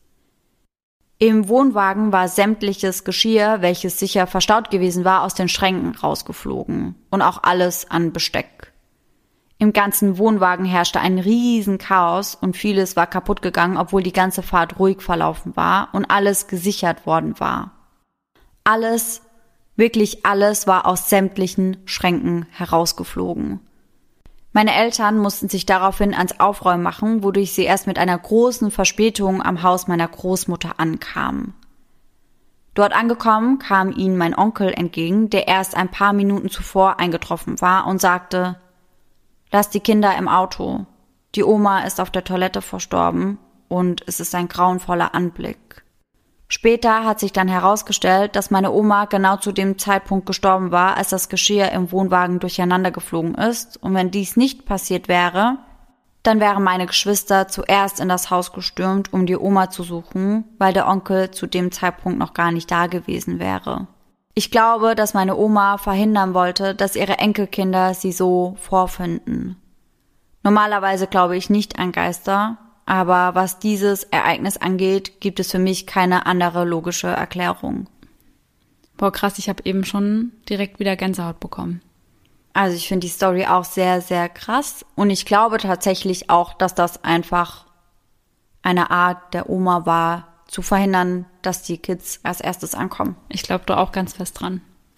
Im Wohnwagen war sämtliches Geschirr, welches sicher verstaut gewesen war, aus den Schränken rausgeflogen und auch alles an Besteck. Im ganzen Wohnwagen herrschte ein riesen Chaos und vieles war kaputt gegangen, obwohl die ganze Fahrt ruhig verlaufen war und alles gesichert worden war. Alles, wirklich alles war aus sämtlichen Schränken herausgeflogen. Meine Eltern mussten sich daraufhin ans Aufräumen machen, wodurch sie erst mit einer großen Verspätung am Haus meiner Großmutter ankamen. Dort angekommen kam ihnen mein Onkel entgegen, der erst ein paar Minuten zuvor eingetroffen war, und sagte: Lass die Kinder im Auto. Die Oma ist auf der Toilette verstorben und es ist ein grauenvoller Anblick. Später hat sich dann herausgestellt, dass meine Oma genau zu dem Zeitpunkt gestorben war, als das Geschirr im Wohnwagen durcheinander geflogen ist, und wenn dies nicht passiert wäre, dann wären meine Geschwister zuerst in das Haus gestürmt, um die Oma zu suchen, weil der Onkel zu dem Zeitpunkt noch gar nicht da gewesen wäre. Ich glaube, dass meine Oma verhindern wollte, dass ihre Enkelkinder sie so vorfinden. Normalerweise glaube ich nicht an Geister, aber was dieses Ereignis angeht, gibt es für mich keine andere logische Erklärung.
Boah, krass, ich habe eben schon direkt wieder Gänsehaut bekommen.
Also ich finde die Story auch sehr, sehr krass. Und ich glaube tatsächlich auch, dass das einfach eine Art der Oma war, zu verhindern, dass die Kids als erstes ankommen.
Ich glaube da auch ganz fest dran.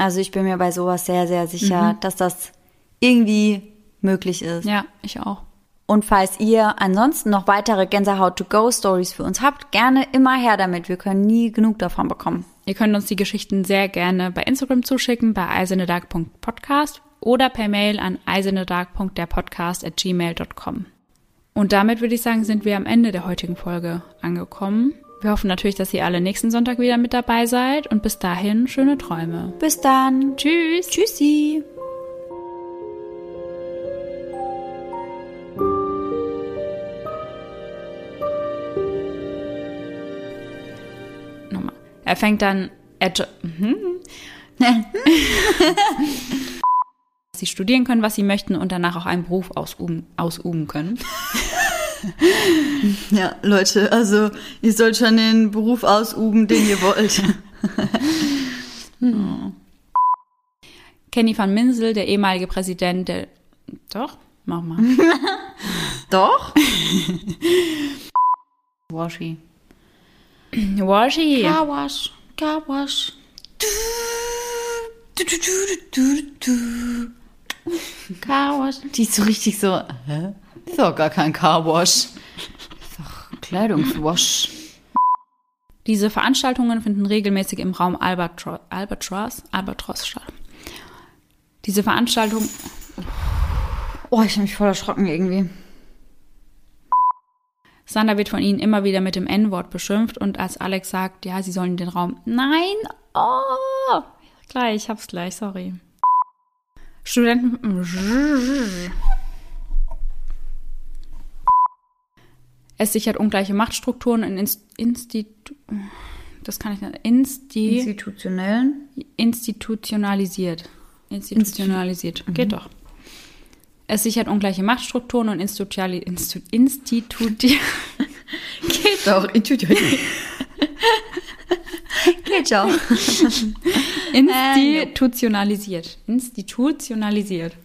Also ich bin mir bei sowas sehr, sehr sicher, dass das irgendwie möglich ist.
Ja, ich auch.
Und falls ihr ansonsten noch weitere Gänsehaut-to-go-Stories für uns habt, gerne immer her damit. Wir können nie genug davon bekommen.
Ihr könnt uns die Geschichten sehr gerne bei Instagram zuschicken, bei eisenedark.podcast oder per Mail an eisenedark.derpodcast@gmail.com. Und damit würde ich sagen, sind wir am Ende der heutigen Folge angekommen. Wir hoffen natürlich, dass ihr alle nächsten Sonntag wieder mit dabei seid und bis dahin schöne Träume.
Bis dann.
Tschüss.
Tschüssi.
Nochmal. Er fängt dann... Sie studieren können, was sie möchten und danach auch einen Beruf ausüben können.
Ja, Leute, also ihr sollt schon den Beruf ausüben, den ihr wollt.
Kenny van Minsel, der ehemalige Präsident der... Doch, mach mal.
Doch?
Washi.
Car wash. Car wash. Die ist so richtig so, hä? Das ist doch gar kein Car wash. Das ist doch Kleidungswash.
Diese Veranstaltungen finden regelmäßig im Raum Albatros statt. Diese Veranstaltung...
Oh, ich habe mich voll erschrocken irgendwie.
Sander wird von ihnen immer wieder mit dem N-Wort beschimpft und als Alex sagt, ja, sie sollen den Raum... Nein! Oh! Gleich, ich hab's gleich, sorry. Studenten... Es sichert ungleiche Machtstrukturen in institutionalisiert. Geht doch. Es sichert ungleiche Machtstrukturen und
Geht doch. Geht doch.
Institutionalisiert.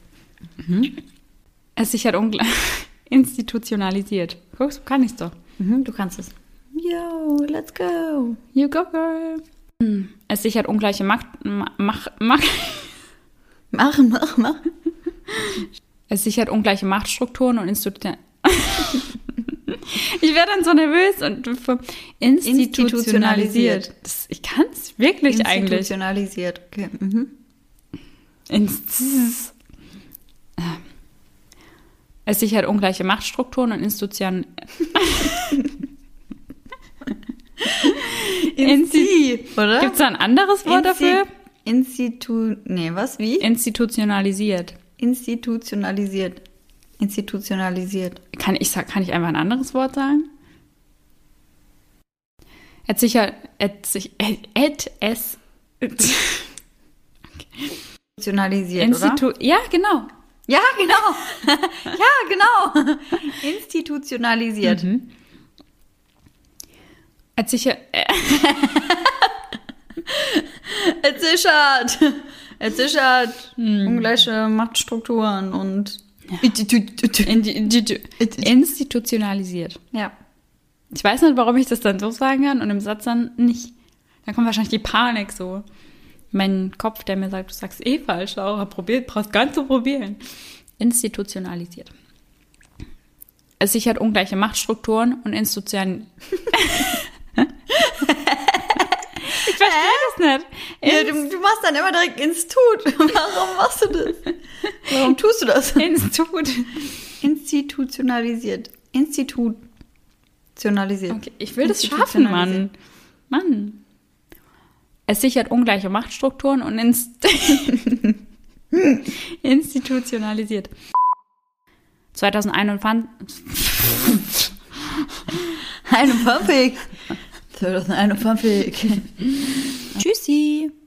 Es sichert institutionalisiert. Guckst, kann ich's doch.
Du kannst es. Yo, let's go.
You go, girl. Es sichert ungleiche Mach. Es sichert ungleiche Machtstrukturen und Institutionen. Ich werde dann so nervös und institutionalisiert. Ich kann es wirklich eigentlich.
Institutionalisiert, okay.
Es sichert ungleiche Machtstrukturen und Institutionen.
Oder?
Gibt es da ein anderes Wort dafür?
Wie?
Institutionalisiert. Kann ich einfach ein anderes Wort sagen?
Institutionalisiert, oder?
Ja, genau.
Ja, genau. Ja, genau. Institutionalisiert.
Es sichert
ungleiche Machtstrukturen und
institutionalisiert.
Ja.
Ich weiß nicht, warum ich das dann so sagen kann und im Satz dann nicht. Dann kommt wahrscheinlich die Panik so. Mein Kopf, der mir sagt, du sagst eh falsch, Laura, brauchst gar nicht zu probieren. Institutionalisiert. Es sichert ungleiche Machtstrukturen und Institutionen. Ich verstehe das nicht.
Ja, du machst dann immer direkt Institut. Warum machst du das? Warum tust du das? Institutionalisiert.
Okay, ich will das schaffen, Mann. Es sichert ungleiche Machtstrukturen und institutionalisiert. 2021.
2051. Tschüssi.